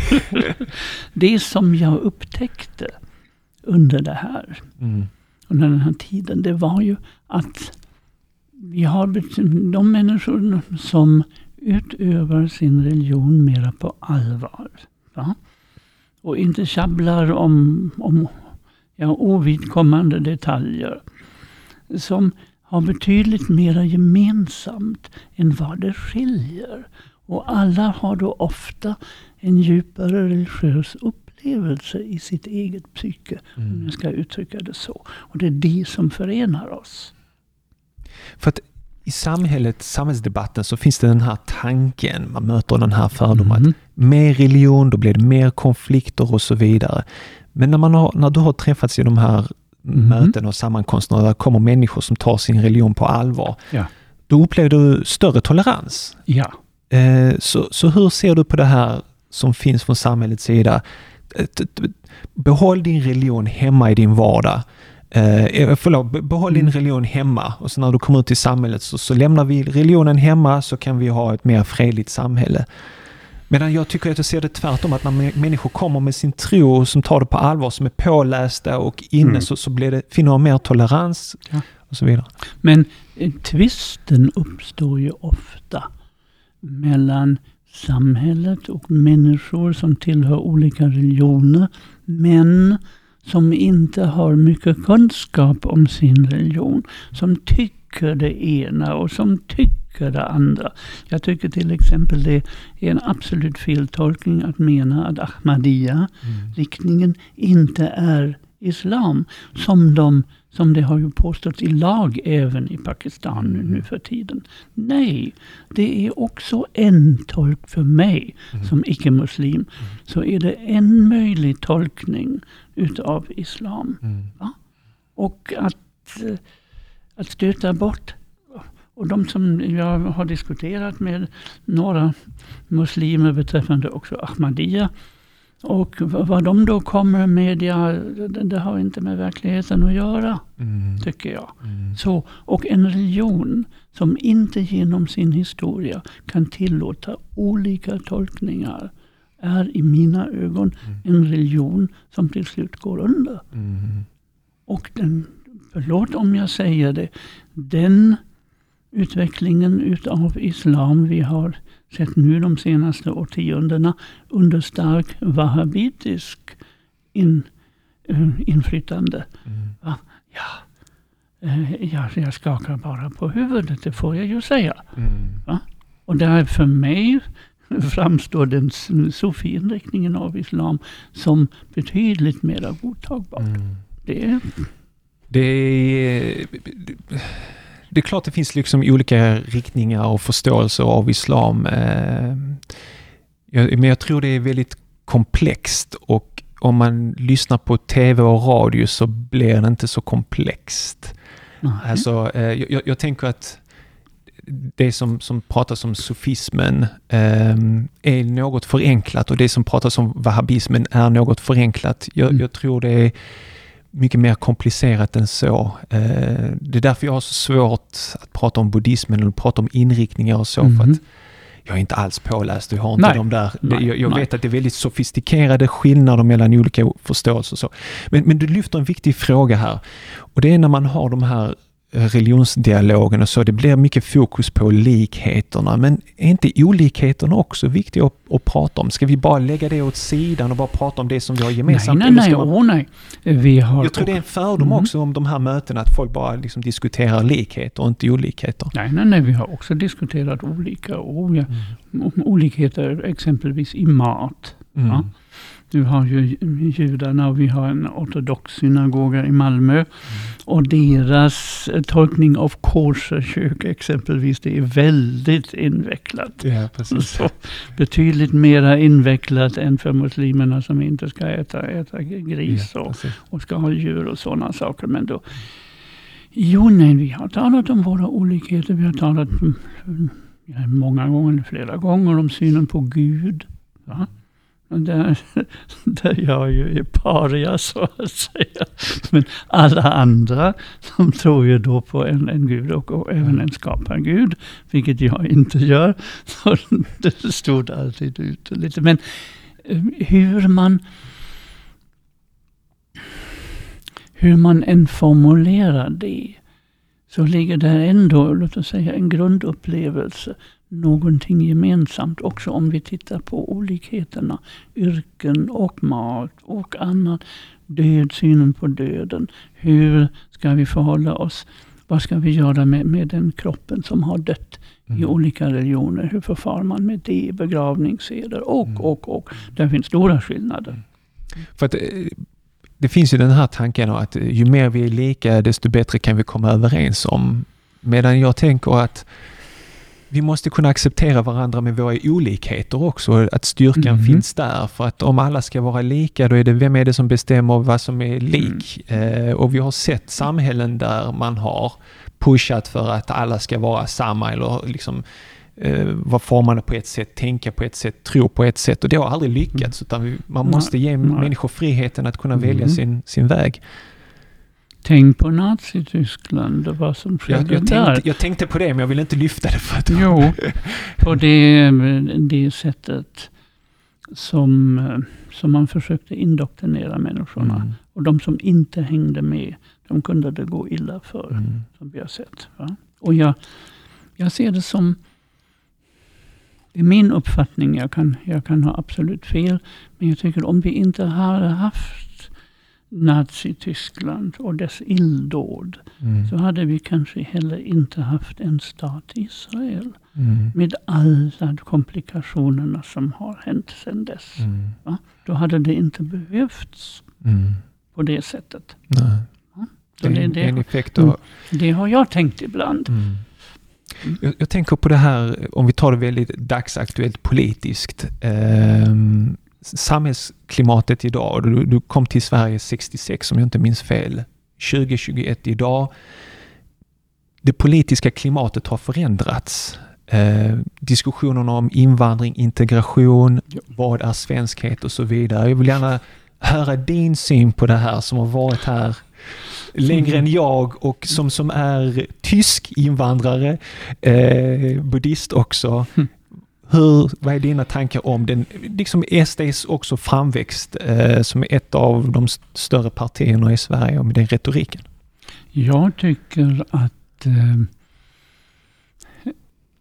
Det som jag upptäckte under det här, under den här tiden, det var ju att vi har de människor som utövar sin religion mera på allvar. Va? Och inte tjabblar om ovidkommande detaljer. Som har betydligt mera gemensamt än vad det skiljer. Och alla har då ofta en djupare religiös upplevelse i sitt eget psyke. Om jag ska uttrycka det så. Och det är det som förenar oss. För att i samhällsdebatten så finns det den här tanken, man möter den här fördomen att med religion då blir det mer konflikter och så vidare. Men när du har träffats i de här möten och sammankomster där kommer människor som tar sin religion på allvar, då upplever du större tolerans. Ja. Så hur ser du på det här som finns från samhällets sida? Behåll din religion hemma i din vardag. Behåll din religion hemma och så när du kommer ut i samhället så lämnar vi religionen hemma, så kan vi ha ett mer fredligt samhälle. Medan jag tycker att jag ser det tvärtom, att när människor kommer med sin tro som tar det på allvar, som är pålästa och inne, så finner de mer tolerans och så vidare. Men tvisten uppstår ju ofta mellan samhället och människor som tillhör olika religioner, men som inte har mycket kunskap om sin religion, som tycker det ena och som tycker det andra. Jag tycker till exempel det är en absolut feltolkning att mena att Ahmadiyya-riktningen inte är islam, som det har ju påstått i lag även i Pakistan nu för tiden. Nej, det är också en tolk för mig som icke-muslim. Så är det en möjlig tolkning utav islam. Va? Och att stöta bort, och de som jag har diskuterat med några muslimer beträffande också Ahmadiyya, och vad de då kommer med, det har inte med verkligheten att göra, tycker jag. Så, och en religion som inte genom sin historia kan tillåta olika tolkningar är i mina ögon en religion som till slut går under. Och förlåt om jag säger det, den utvecklingen utav islam vi har sett nu de senaste årtiondena under stark wahhabitisk inflytande. Jag skakar bara på huvudet, det får jag ju säga. Och där för mig framstår den sufi-inriktningen av islam som betydligt mer godtagbar. Det är klart det finns liksom olika riktningar och förståelser av islam. Men jag tror det är väldigt komplext, och om man lyssnar på tv och radio så blir det inte så komplext. Alltså, jag tänker att det som pratas om sufismen är något förenklat, och det som pratas om wahhabismen är något förenklat. Jag tror det är mycket mer komplicerat än så. Det är därför jag har så svårt att prata om buddhismen eller prata om inriktningar och så, för att jag är inte alls påläst och jag har inte de där. Jag vet att det är väldigt sofistikerade skillnader mellan olika förståelser och så. Men du lyfter en viktig fråga här, och det är när man har de här religionsdialogen och så, det blir mycket fokus på likheterna, men är inte olikheterna också viktiga att prata om? Ska vi bara lägga det åt sidan och bara prata om det som vi har gemensamt? Nej. Jag tror det är en fördom också om de här mötena, att folk bara liksom diskuterar likheter och inte olikheter. Nej, vi har också diskuterat olikheter exempelvis i mat. Ja. Du har ju judarna och vi har en ortodox synagoga i Malmö. Och deras tolkning av kosherkök exempelvis, det är väldigt invecklat. Ja, precis. Så betydligt mera invecklat än för muslimerna som inte ska äta gris och ska ha djur och sådana saker. Men då, vi har talat om våra olikheter. Vi har talat flera gånger om synen på Gud. Va? Där jag ju är paria, så att säga. Men alla andra som tror ju då på en gud och även en skapargud, vilket jag inte gör. Så det stod alltid ute lite. Men hur man än formulerar det, så ligger där ändå, låt oss säga, en grundupplevelse. Någonting gemensamt också om vi tittar på olikheterna. Yrken och mat och annat. Synen på döden. Hur ska vi förhålla oss? Vad ska vi göra med den kroppen som har dött i olika religioner? Hur förfar man med det? Begravningsseder och. Där finns stora skillnader. För att det finns ju den här tanken att ju mer vi är lika, desto bättre kan vi komma överens om. Medan jag tänker att vi måste kunna acceptera varandra med våra olikheter också. Att styrkan finns där. För att om alla ska vara lika, då är det vem är det som bestämmer vad som är lik. Och vi har sett samhällen där man har pushat för att alla ska vara samma, eller liksom vara formade på ett sätt, tänka på ett sätt, tro på ett sätt. Och det har aldrig lyckats, utan man måste ge människor friheten att kunna välja sin väg. Tänk på Nazityskland och vad som skedde där. Jag tänkte på det, men jag vill inte lyfta det. För att på det sättet som man försökte indoktrinera människorna. Och de som inte hängde med, de kunde det gå illa för, som vi har sett. Va? Och jag ser det som, det är min uppfattning, jag kan ha absolut fel, men jag tycker om vi inte hade haft Nazi-Tyskland och dess illdåd, så hade vi kanske heller inte haft en stat Israel med alla komplikationerna som har hänt sedan dess. Va? Då hade det inte behövts på det sättet. Ja? Det är en effekt. Det har jag tänkt ibland. Jag tänker på det här, om vi tar det väldigt dagsaktuellt politiskt. Samhällsklimatet idag, du kom till Sverige 66 om jag inte minns fel, 2021 idag, det politiska klimatet har förändrats. Diskussionerna om invandring, integration, vad är svenskhet och så vidare. Jag vill gärna höra din syn på det här, som har varit här längre än jag, och som är tysk invandrare, buddhist också. Vad är dina tankar om den, liksom SDs också framväxt som är ett av de större partierna i Sverige, och med den retoriken? Jag tycker att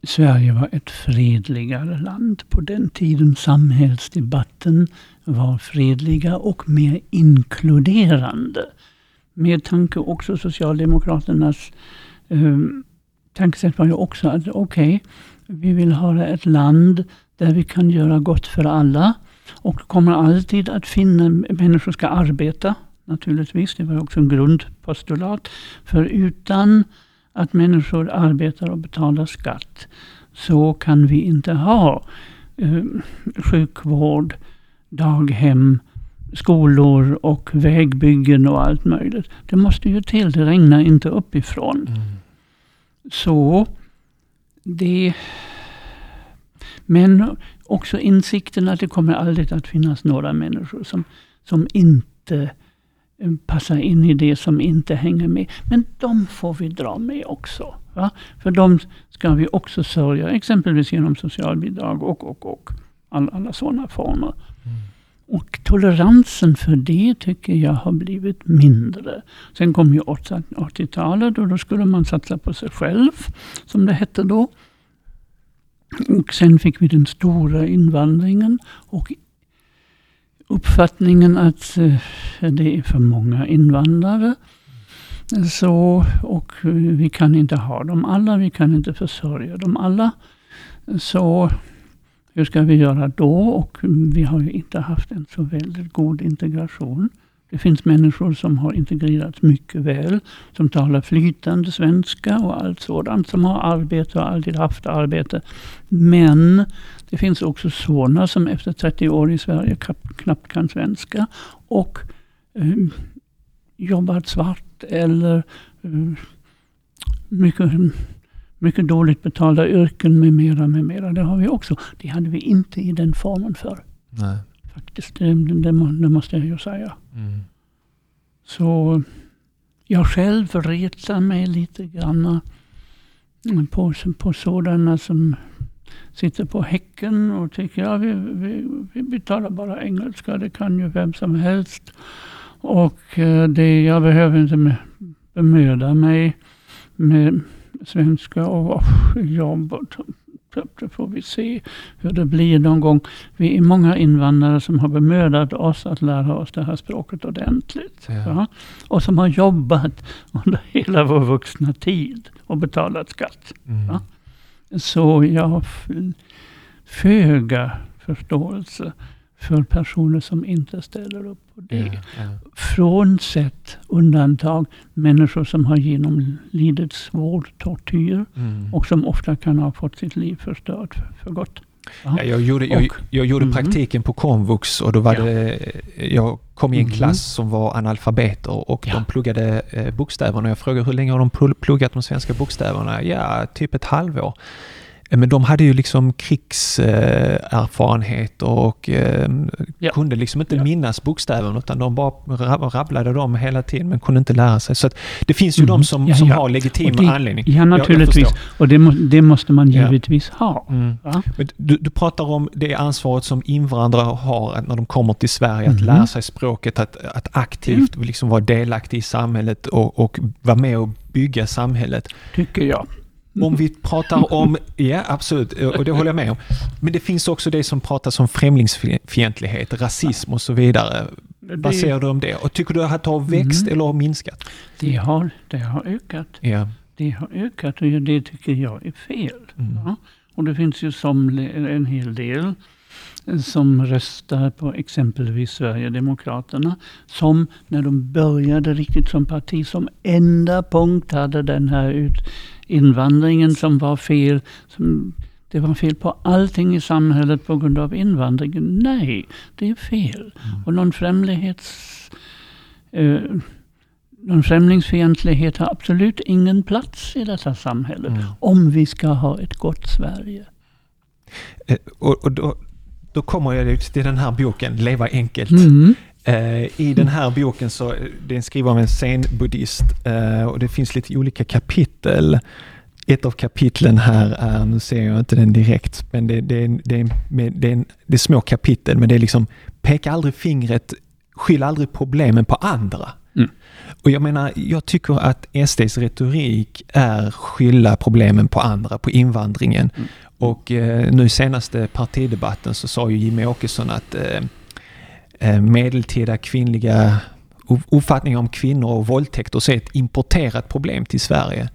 Sverige var ett fredligare land på den tiden. Samhällsdebatten var fredliga och mer inkluderande. Med tanke också Socialdemokraternas tankesätt var ju också att vi vill ha ett land där vi kan göra gott för alla. Och kommer alltid att finna människor ska arbeta. Naturligtvis, det var också en grundpostulat. För utan att människor arbetar och betalar skatt så kan vi inte ha sjukvård, daghem, skolor och vägbyggen och allt möjligt. Det måste ju till, det regnar inte uppifrån. Så men också insikten att det kommer aldrig att finnas några människor som inte passar in i det, som inte hänger med. Men de får vi dra med också. Va? För de ska vi också sörja, exempelvis genom socialbidrag och alla sådana former. Och toleransen för det tycker jag har blivit mindre. Sen kom ju 80-talet och då skulle man satsa på sig själv, som det hette då. Och sen fick vi den stora invandringen och uppfattningen att det är för många invandrare. Och vi kan inte ha dem alla, vi kan inte försörja dem alla. Så hur ska vi göra då? Och vi har ju inte haft en så väldigt god integration. Det finns människor som har integrerats mycket väl, som talar flytande svenska och allt sådant, som har arbete och alltid haft arbete. Men det finns också sådana som efter 30 år i Sverige knappt kan svenska och jobbat svart eller mycket dåligt betalda yrken med mera. Det har vi också. Det hade vi inte i den formen för. Nej. Faktiskt, det måste jag ju säga. Så jag själv retar mig lite grann på sådana som sitter på häcken och tycker vi talar bara engelska, det kan ju vem som helst. Och jag behöver inte bemöda mig med svenska och jobb. Då får vi se hur det blir någon gång. Vi är många invandrare som har bemödat oss att lära oss det här språket ordentligt. Ja. Och som har jobbat under hela vår vuxna tid och betalat skatt. Ja. Så jag har föga förståelse för personer som inte ställer upp på det. Frånsett undantag människor som har genomlidit svår tortyr och som ofta kan ha fått sitt liv förstört för gott. Ja, jag gjorde praktiken på komvux och då var jag kom i en klass som var analfabeter och de pluggade bokstäverna. Jag frågade hur länge har de pluggat de svenska bokstäverna? Ja, typ ett halvår. Men de hade ju liksom krigserfarenhet och kunde liksom inte minnas bokstäverna utan de bara rabblade dem hela tiden men kunde inte lära sig. Så att det finns ju de som har legitim anledning. Ja, naturligtvis. Och det måste man givetvis ha. Ja? Men du pratar om det ansvaret som invandrare har när de kommer till Sverige att lära sig språket, att aktivt liksom vara delaktig i samhället och vara med och bygga samhället. Tycker jag. Om vi pratar om, ja absolut, och det håller jag med om. Men det finns också det som pratas om främlingsfientlighet, rasism och så vidare. Vad säger du om det? Och tycker du att det har växt eller har minskat? Det har ökat. Ja. Det har ökat och det tycker jag är fel. Ja. Och det finns ju en hel del som röstar på exempelvis Sverigedemokraterna som när de började riktigt som parti som enda punkt hade den här invandringen som var fel. Det var fel på allting i samhället på grund av invandringen. Nej, det är fel. Och någon främlingsfientlighet har absolut ingen plats i detta samhälle om vi ska ha ett gott Sverige. Och då kommer jag till den här boken, Leva enkelt. I den här boken så det är skriven av en zen-buddhist och det finns lite olika kapitel. Ett av kapitlen här är, nu ser jag inte den direkt, men det är små kapitel, men det är liksom peka aldrig fingret, skyll aldrig problemen på andra. Och jag menar, jag tycker att SDs retorik är skylla problemen på andra, på invandringen. Och nu i senaste partidebatten så sa ju Jimmie Åkesson att medeltida kvinnliga uppfattningar om kvinnor och våldtäkter så är ett importerat problem till Sverige.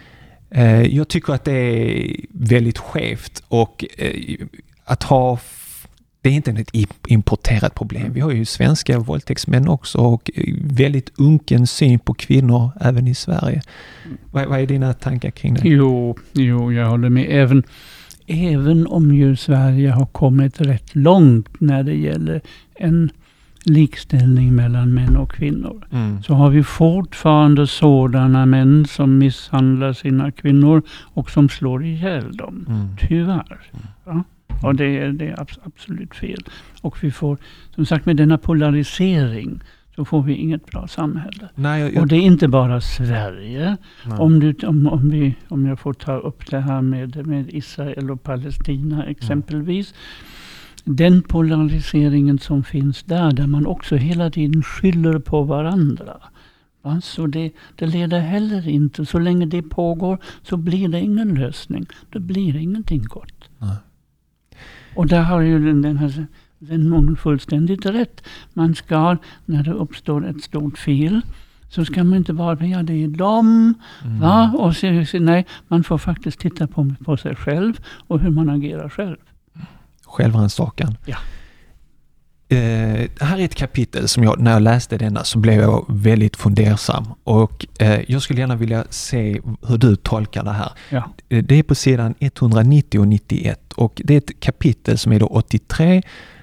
Jag tycker att det är väldigt skevt och att ha... Det är inte ett importerat problem. Vi har ju svenska våldtäktsmän också och väldigt unken syn på kvinnor även i Sverige. Vad är dina tankar kring det? Jo, jag håller med. Även om ju Sverige har kommit rätt långt när det gäller en likställning mellan män och kvinnor. Så har vi fortfarande sådana män som misshandlar sina kvinnor och som slår ihjäl dem. Tyvärr. Ja. Och det är absolut fel. Och vi får, som sagt, med denna polarisering så får vi inget bra samhälle. Nej, och det är inte bara Sverige. Om jag får ta upp det här med Israel och Palestina exempelvis. Den polariseringen som finns där man också hela tiden skyller på varandra. Så det leder heller inte. Så länge det pågår så blir det ingen lösning. Det blir ingenting gott. Nej. Och där har ju den fullständigt rätt. Man ska, när det uppstår ett stort fel, så ska man inte bara säga det är dem. Va? Och nej, man får faktiskt titta på sig själv och hur man agerar själv. Självrannsakan. Ja. Det här är ett kapitel som när jag läste denna så blev jag väldigt fundersam. Och jag skulle gärna vilja se hur du tolkar det här. Ja. Det är på sidan 190 och 91. Och det är ett kapitel som är då 83.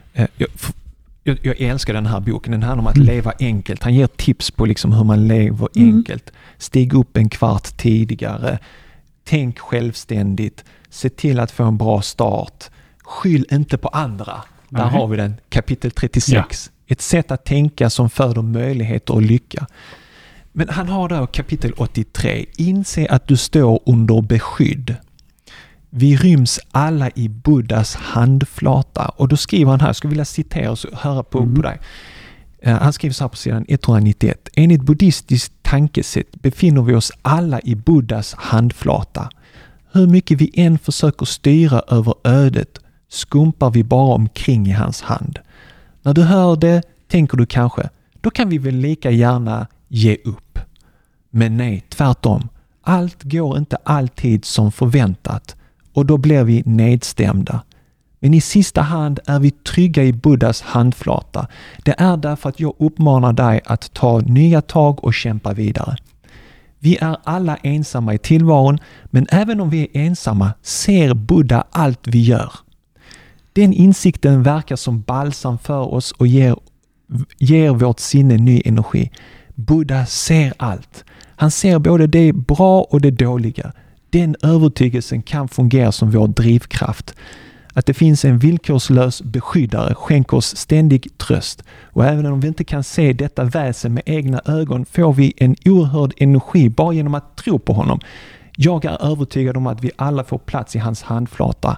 Jag älskar den här boken. Den handlar om att leva enkelt. Han ger tips på liksom hur man lever enkelt. Stig upp en kvart tidigare. Tänk självständigt. Se till att få en bra start. Skyll inte på andra. Där har vi den, kapitel 36. Ja. Ett sätt att tänka som föder möjligheter och lycka. Men han har då kapitel 83. Inse att du står under beskydd. Vi ryms alla i Buddhas handflata. Och då skriver han här, jag skulle vilja citera och höra på dig. Han skriver så här på sidan 191. Enligt buddhistiskt tankesätt befinner vi oss alla i Buddhas handflata. Hur mycket vi än försöker styra över ödet skumpar vi bara omkring i hans hand. När du hör det tänker du kanske, då kan vi väl lika gärna ge upp. Men nej, tvärtom. Allt går inte alltid som förväntat och då blir vi nedstämda. Men i sista hand är vi trygga i Buddhas handflata. Det är därför att jag uppmanar dig att ta nya tag och kämpa vidare. Vi är alla ensamma i tillvaron, men även om vi är ensamma ser Buddha allt vi gör. Den insikten verkar som balsam för oss och ger vårt sinne ny energi. Buddha ser allt. Han ser både det bra och det dåliga. Den övertygelsen kan fungera som vår drivkraft. Att det finns en villkorslös beskyddare skänker oss ständig tröst. Och även om vi inte kan se detta väsen med egna ögon får vi en oerhörd energi bara genom att tro på honom. Jag är övertygad om att vi alla får plats i hans handflata.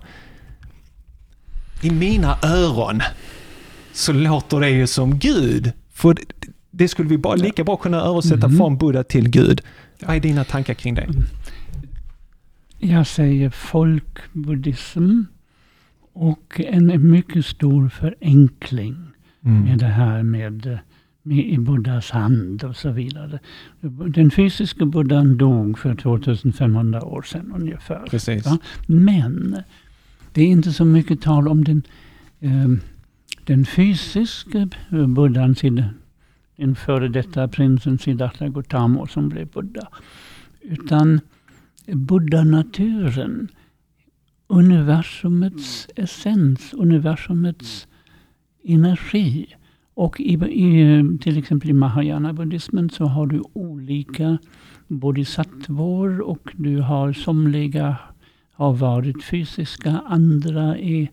I mina öron så låter det ju som Gud. För det skulle vi bara lika bra kunna översätta från Buddha till Gud. Vad är dina tankar kring det? Jag säger folkbuddhism och en mycket stor förenkling med det här med i Buddhas hand och så vidare. Den fysiska Buddhan dog för 2500 år sedan ungefär. Precis. Va? Men det är inte så mycket tal om den fysiska Buddhan, den före detta prinsen Siddhartha Gautama som blev Buddha. Utan Buddha-naturen, universumets essens, universumets energi. Och i till exempel i Mahayana-buddhismen så har du olika bodhisattvor och du har somliga har varit fysiska, andra är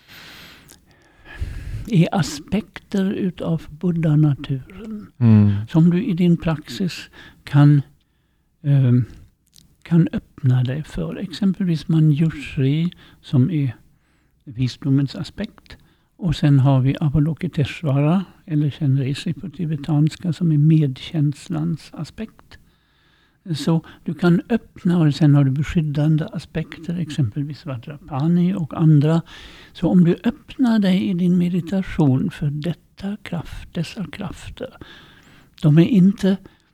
aspekter utav Buddha-naturen. Som du i din praxis kan öppna dig för. Exempelvis Manjushri som är visdomens aspekt. Och sen har vi Avalokiteshvara, eller Chenrezig på tibetanska, som är medkänslans aspekt. Så du kan öppna, och sen har du beskyddande aspekter, exempelvis Vajrapani och andra. Så om du öppnar dig i din meditation för dessa krafter, de är inte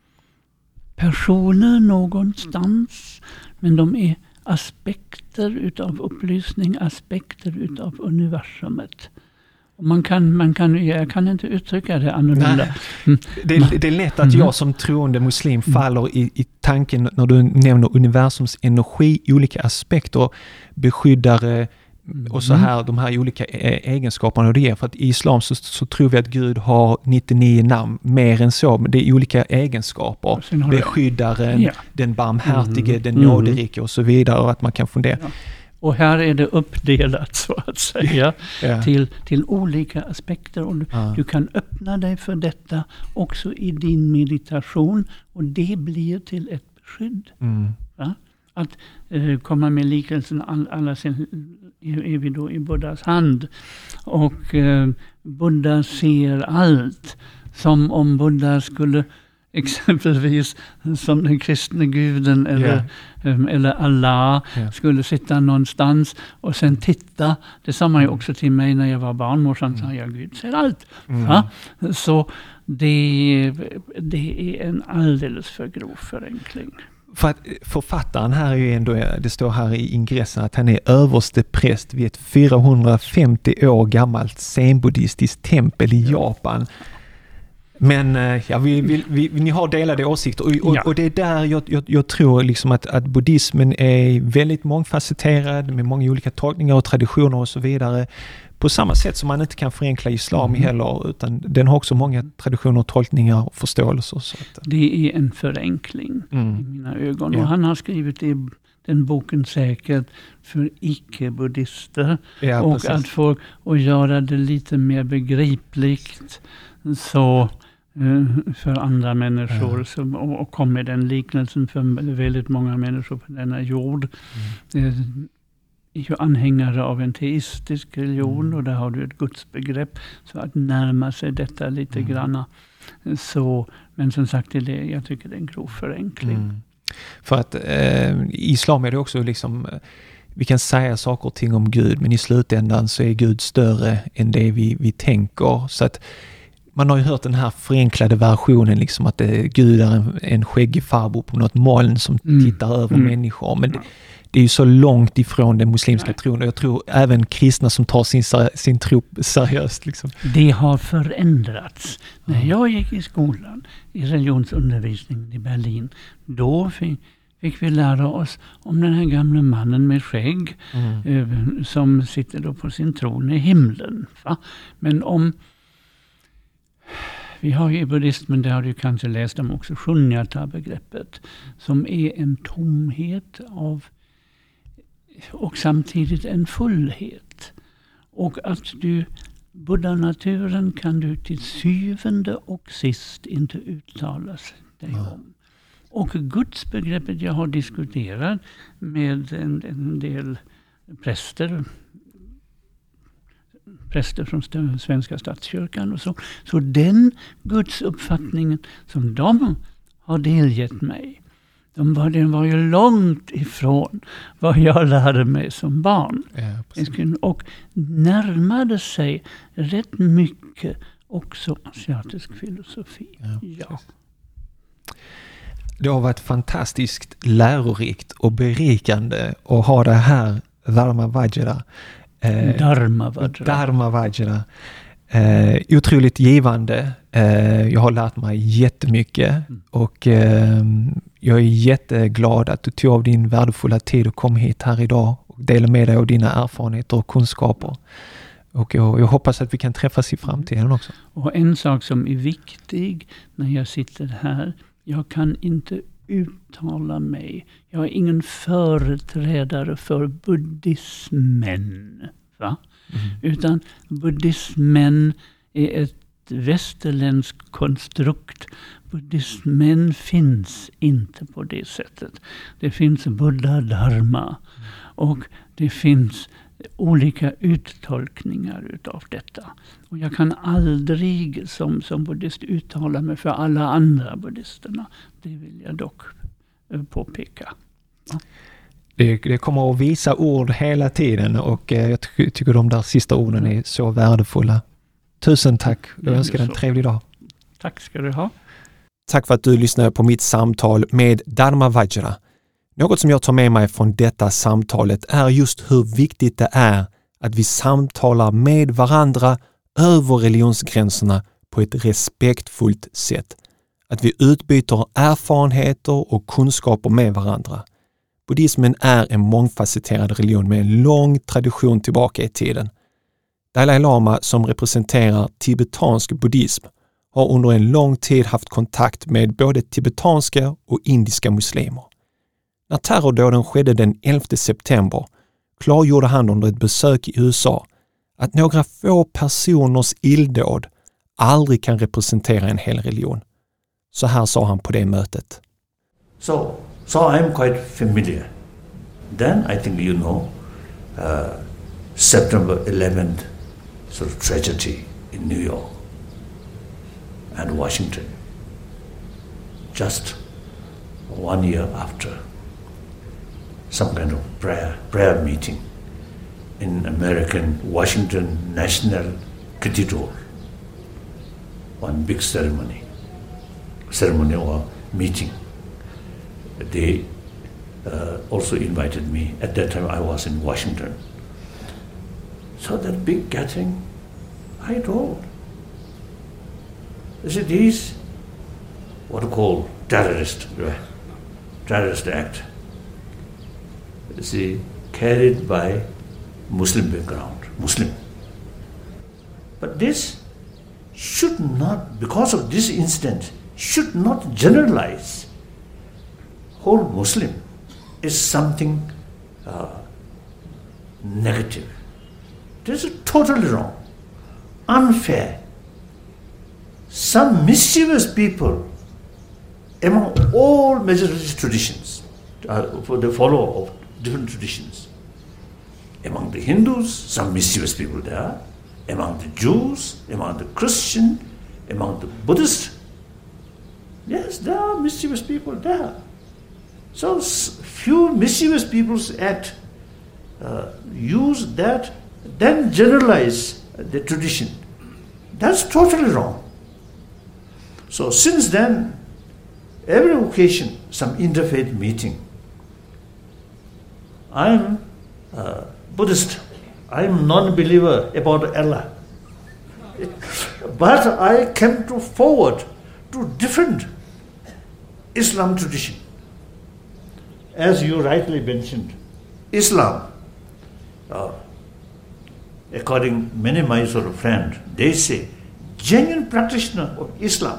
personer någonstans, men de är aspekter utav upplysning, aspekter utav universumet. Och jag kan inte uttrycka det annorlunda. Det är lätt att jag som troende muslim faller i tanken när du nämner universums energi, olika aspekter, beskyddare och så här, de här olika egenskaperna det ger. För att i islam så tror vi att Gud har 99 namn, mer än så, men det är olika egenskaper. Beskyddaren, den barmhärtige, den nåderike och så vidare, och att man kan fundera. Ja. Och här är det uppdelat så att säga till olika aspekter. Och du kan öppna dig för detta också i din meditation, och det blir till ett beskydd. Va? Att komma med likelsen, alla sen är vi då i Buddhas hand, och Buddha ser allt, som om Buddha skulle exempelvis som den kristna guden eller Allah skulle sitta någonstans och sen titta. Det sa man ju också till mig när jag var barnmorsan, sa jag, Gud ser allt. Så det är en alldeles för grov förenkling. För att författaren här är ju ändå, det står här i ingressen att han är överste präst vid ett 450 år gammalt zen-buddhistiskt tempel i Japan. Men ni har delade åsikter och det är där jag tror liksom att buddhismen är väldigt mångfacetterad med många olika tolkningar och traditioner och så vidare. På samma sätt som man inte kan förenkla islam heller, utan den har också många traditioner, tolkningar och förståelser. Så att, det är en förenkling i mina ögon. Och han har skrivit den boken säkert för icke-buddhister. Ja, och precis. Att få och göra det lite mer begripligt så för andra människor och kom med den liknelsen för väldigt många människor på denna jord. Är ju anhängare av en teistisk religion, och där har du ett gudsbegrepp, så att närma sig detta lite granna. Så, men som sagt, jag tycker det är en grov förenkling. För att i islam är det också liksom, vi kan säga saker och ting om Gud, men i slutändan så är Gud större än det vi tänker. Så att man har ju hört den här förenklade versionen, liksom att Gud är en skäggig farbror på något moln som tittar över människor. Men det är ju så långt ifrån den muslimska tron, och jag tror även kristna som tar sin tro seriöst. Liksom. Det har förändrats. När jag gick i skolan, i religionsundervisningen i Berlin, då fick vi lära oss om den här gamla mannen med skägg som sitter då på sin tron i himlen. Va? Men vi har ju i buddhismen, det har du kanske läst om också, shunyata-begreppet, som är en tomhet av och samtidigt en fullhet. Och att Buddha-naturen kan du till syvende och sist inte uttala dig om. Och gudsbegreppet jag har diskuterat med en del präster från Svenska statskyrkan och så. Så den gudsuppfattningen som de har delgett mig, den var ju långt ifrån vad jag lärde mig som barn. Ja, och närmade sig rätt mycket också asiatisk filosofi. Ja. Det har varit fantastiskt lärorikt och berikande att ha det här Dharma Vajra. Dharma Vajra. Otroligt givande. Jag har lärt mig jättemycket och jag är jätteglad att du tog av din värdefulla tid och kom hit här idag och delade med dig av dina erfarenheter och kunskaper. Och jag hoppas att vi kan träffas i framtiden också. Och en sak som är viktig när jag sitter här, jag kan inte uttala mig. Jag är ingen företrädare för buddhismen. Va? Utan buddhismen är ett västerländskt konstrukt. Buddhismen finns inte på det sättet. Det finns Buddha Dharma och det finns olika uttolkningar utav detta. Och jag kan aldrig som buddhist uttala mig för alla andra buddhisterna. Det vill jag dock påpeka. Ja. Det kommer att visa ord hela tiden och jag tycker de där sista orden är så värdefulla. Tusen tack. Jag önskar dig en trevlig dag. Tack ska du ha. Tack för att du lyssnade på mitt samtal med Dharma Vajra. Något som jag tar med mig från detta samtalet är just hur viktigt det är att vi samtalar med varandra över religionsgränserna på ett respektfullt sätt. Att vi utbyter erfarenheter och kunskaper med varandra. Buddhismen är en mångfacetterad religion med en lång tradition tillbaka i tiden. Dalai Lama, som representerar tibetansk buddhism, har under en lång tid haft kontakt med både tibetanska och indiska muslimer. När terrordåden skedde den 11 september klargjorde han under ett besök i USA att några få personers illdåd aldrig kan representera en hel religion. Så här sa han på det mötet. So I'm quite familiar. Then I think you know September 11th sort of tragedy in New York and Washington. Just 1 year after, some kind of prayer meeting in American Washington National Cathedral. One big ceremony or meeting. They also invited me. At that time I was in Washington. So that big gathering, I told. They said, these, what you call terrorist act. You see, carried by Muslim background, Muslim. But this should not, because of this incident, should not generalize. Whole Muslim is something negative. This is totally wrong, unfair. Some mischievous people among all major religious traditions, for the follower of different traditions. Among the Hindus, some mischievous people there. Among the Jews, among the Christian, among the Buddhists. Yes, there are mischievous people there. So few mischievous people act, use that, then generalize the tradition. That's totally wrong. So since then, every occasion, some interfaith meeting, I'm Buddhist. I'm non-believer about Allah. But I came forward to different Islam tradition. As you rightly mentioned, Islam, according to many of my sort of friends, they say, genuine practitioner of Islam,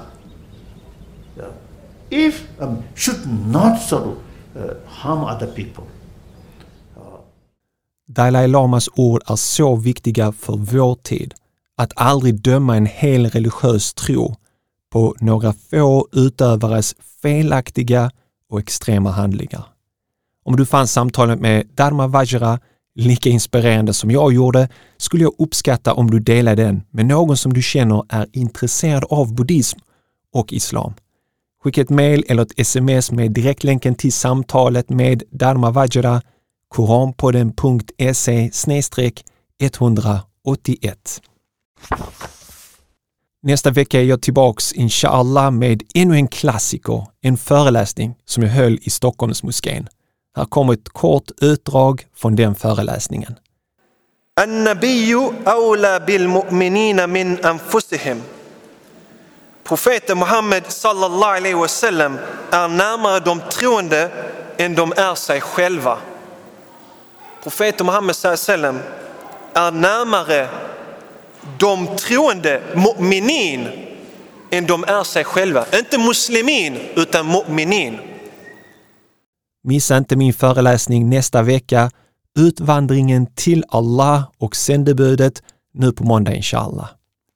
should not sort of harm other people. Dalai Lamas ord är så viktiga för vår tid att aldrig döma en hel religiös tro på några få utövares felaktiga och extrema handlingar. Om du fann samtalet med Dharma Vajra lika inspirerande som jag gjorde skulle jag uppskatta om du delar den med någon som du känner är intresserad av buddhism och islam. Skicka ett mejl eller ett sms med direktlänken till samtalet med Dharma Vajra, koranpodden.se/181. Nästa vecka är jag tillbaks inshallah med ännu en klassiker, en föreläsning som jag höll i Stockholmsmoskén. Här kommer ett kort utdrag från den föreläsningen. An-nabiyyu awla bil mu'minina min anfusihim. Profeten Muhammed sallallahu alaihi wasallam är närmare de troende än de är sig själva. Profeten Muhammed sallallahu alaihi wasallam är närmare de troende mu'minin än de är sig själva. Inte muslimin utan mu'minin. Missa inte min föreläsning nästa vecka, utvandringen till Allah och sändebudet nu på måndag inshallah.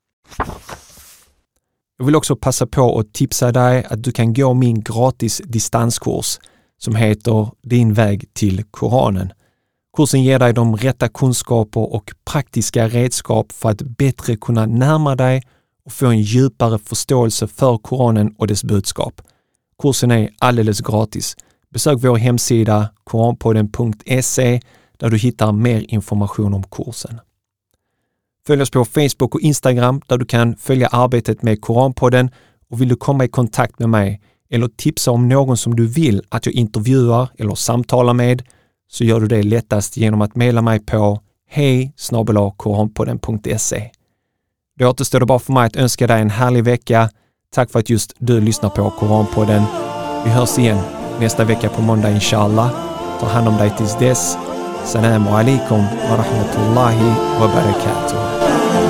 Jag vill också passa på att tipsa dig att du kan gå min gratis distanskurs som heter Din väg till Koranen. Kursen ger dig de rätta kunskaper och praktiska redskap för att bättre kunna närma dig och få en djupare förståelse för Koranen och dess budskap. Kursen är alldeles gratis. Besök vår hemsida koranpodden.se där du hittar mer information om kursen. Följ oss på Facebook och Instagram där du kan följa arbetet med Koranpodden, och vill du komma i kontakt med mig eller tipsa om någon som du vill att jag intervjuar eller samtalar med, så gör du det lättast genom att mejla mig på hej@koranpodden.se. Det återstår bara för mig att önska dig en härlig vecka. Tack för att just du lyssnar på Koranpodden. Vi hörs igen nästa vecka på måndag inshallah. Ta hand om dig tills dess. Assalamu alaikum wa rahmatullahi wa barakatuh.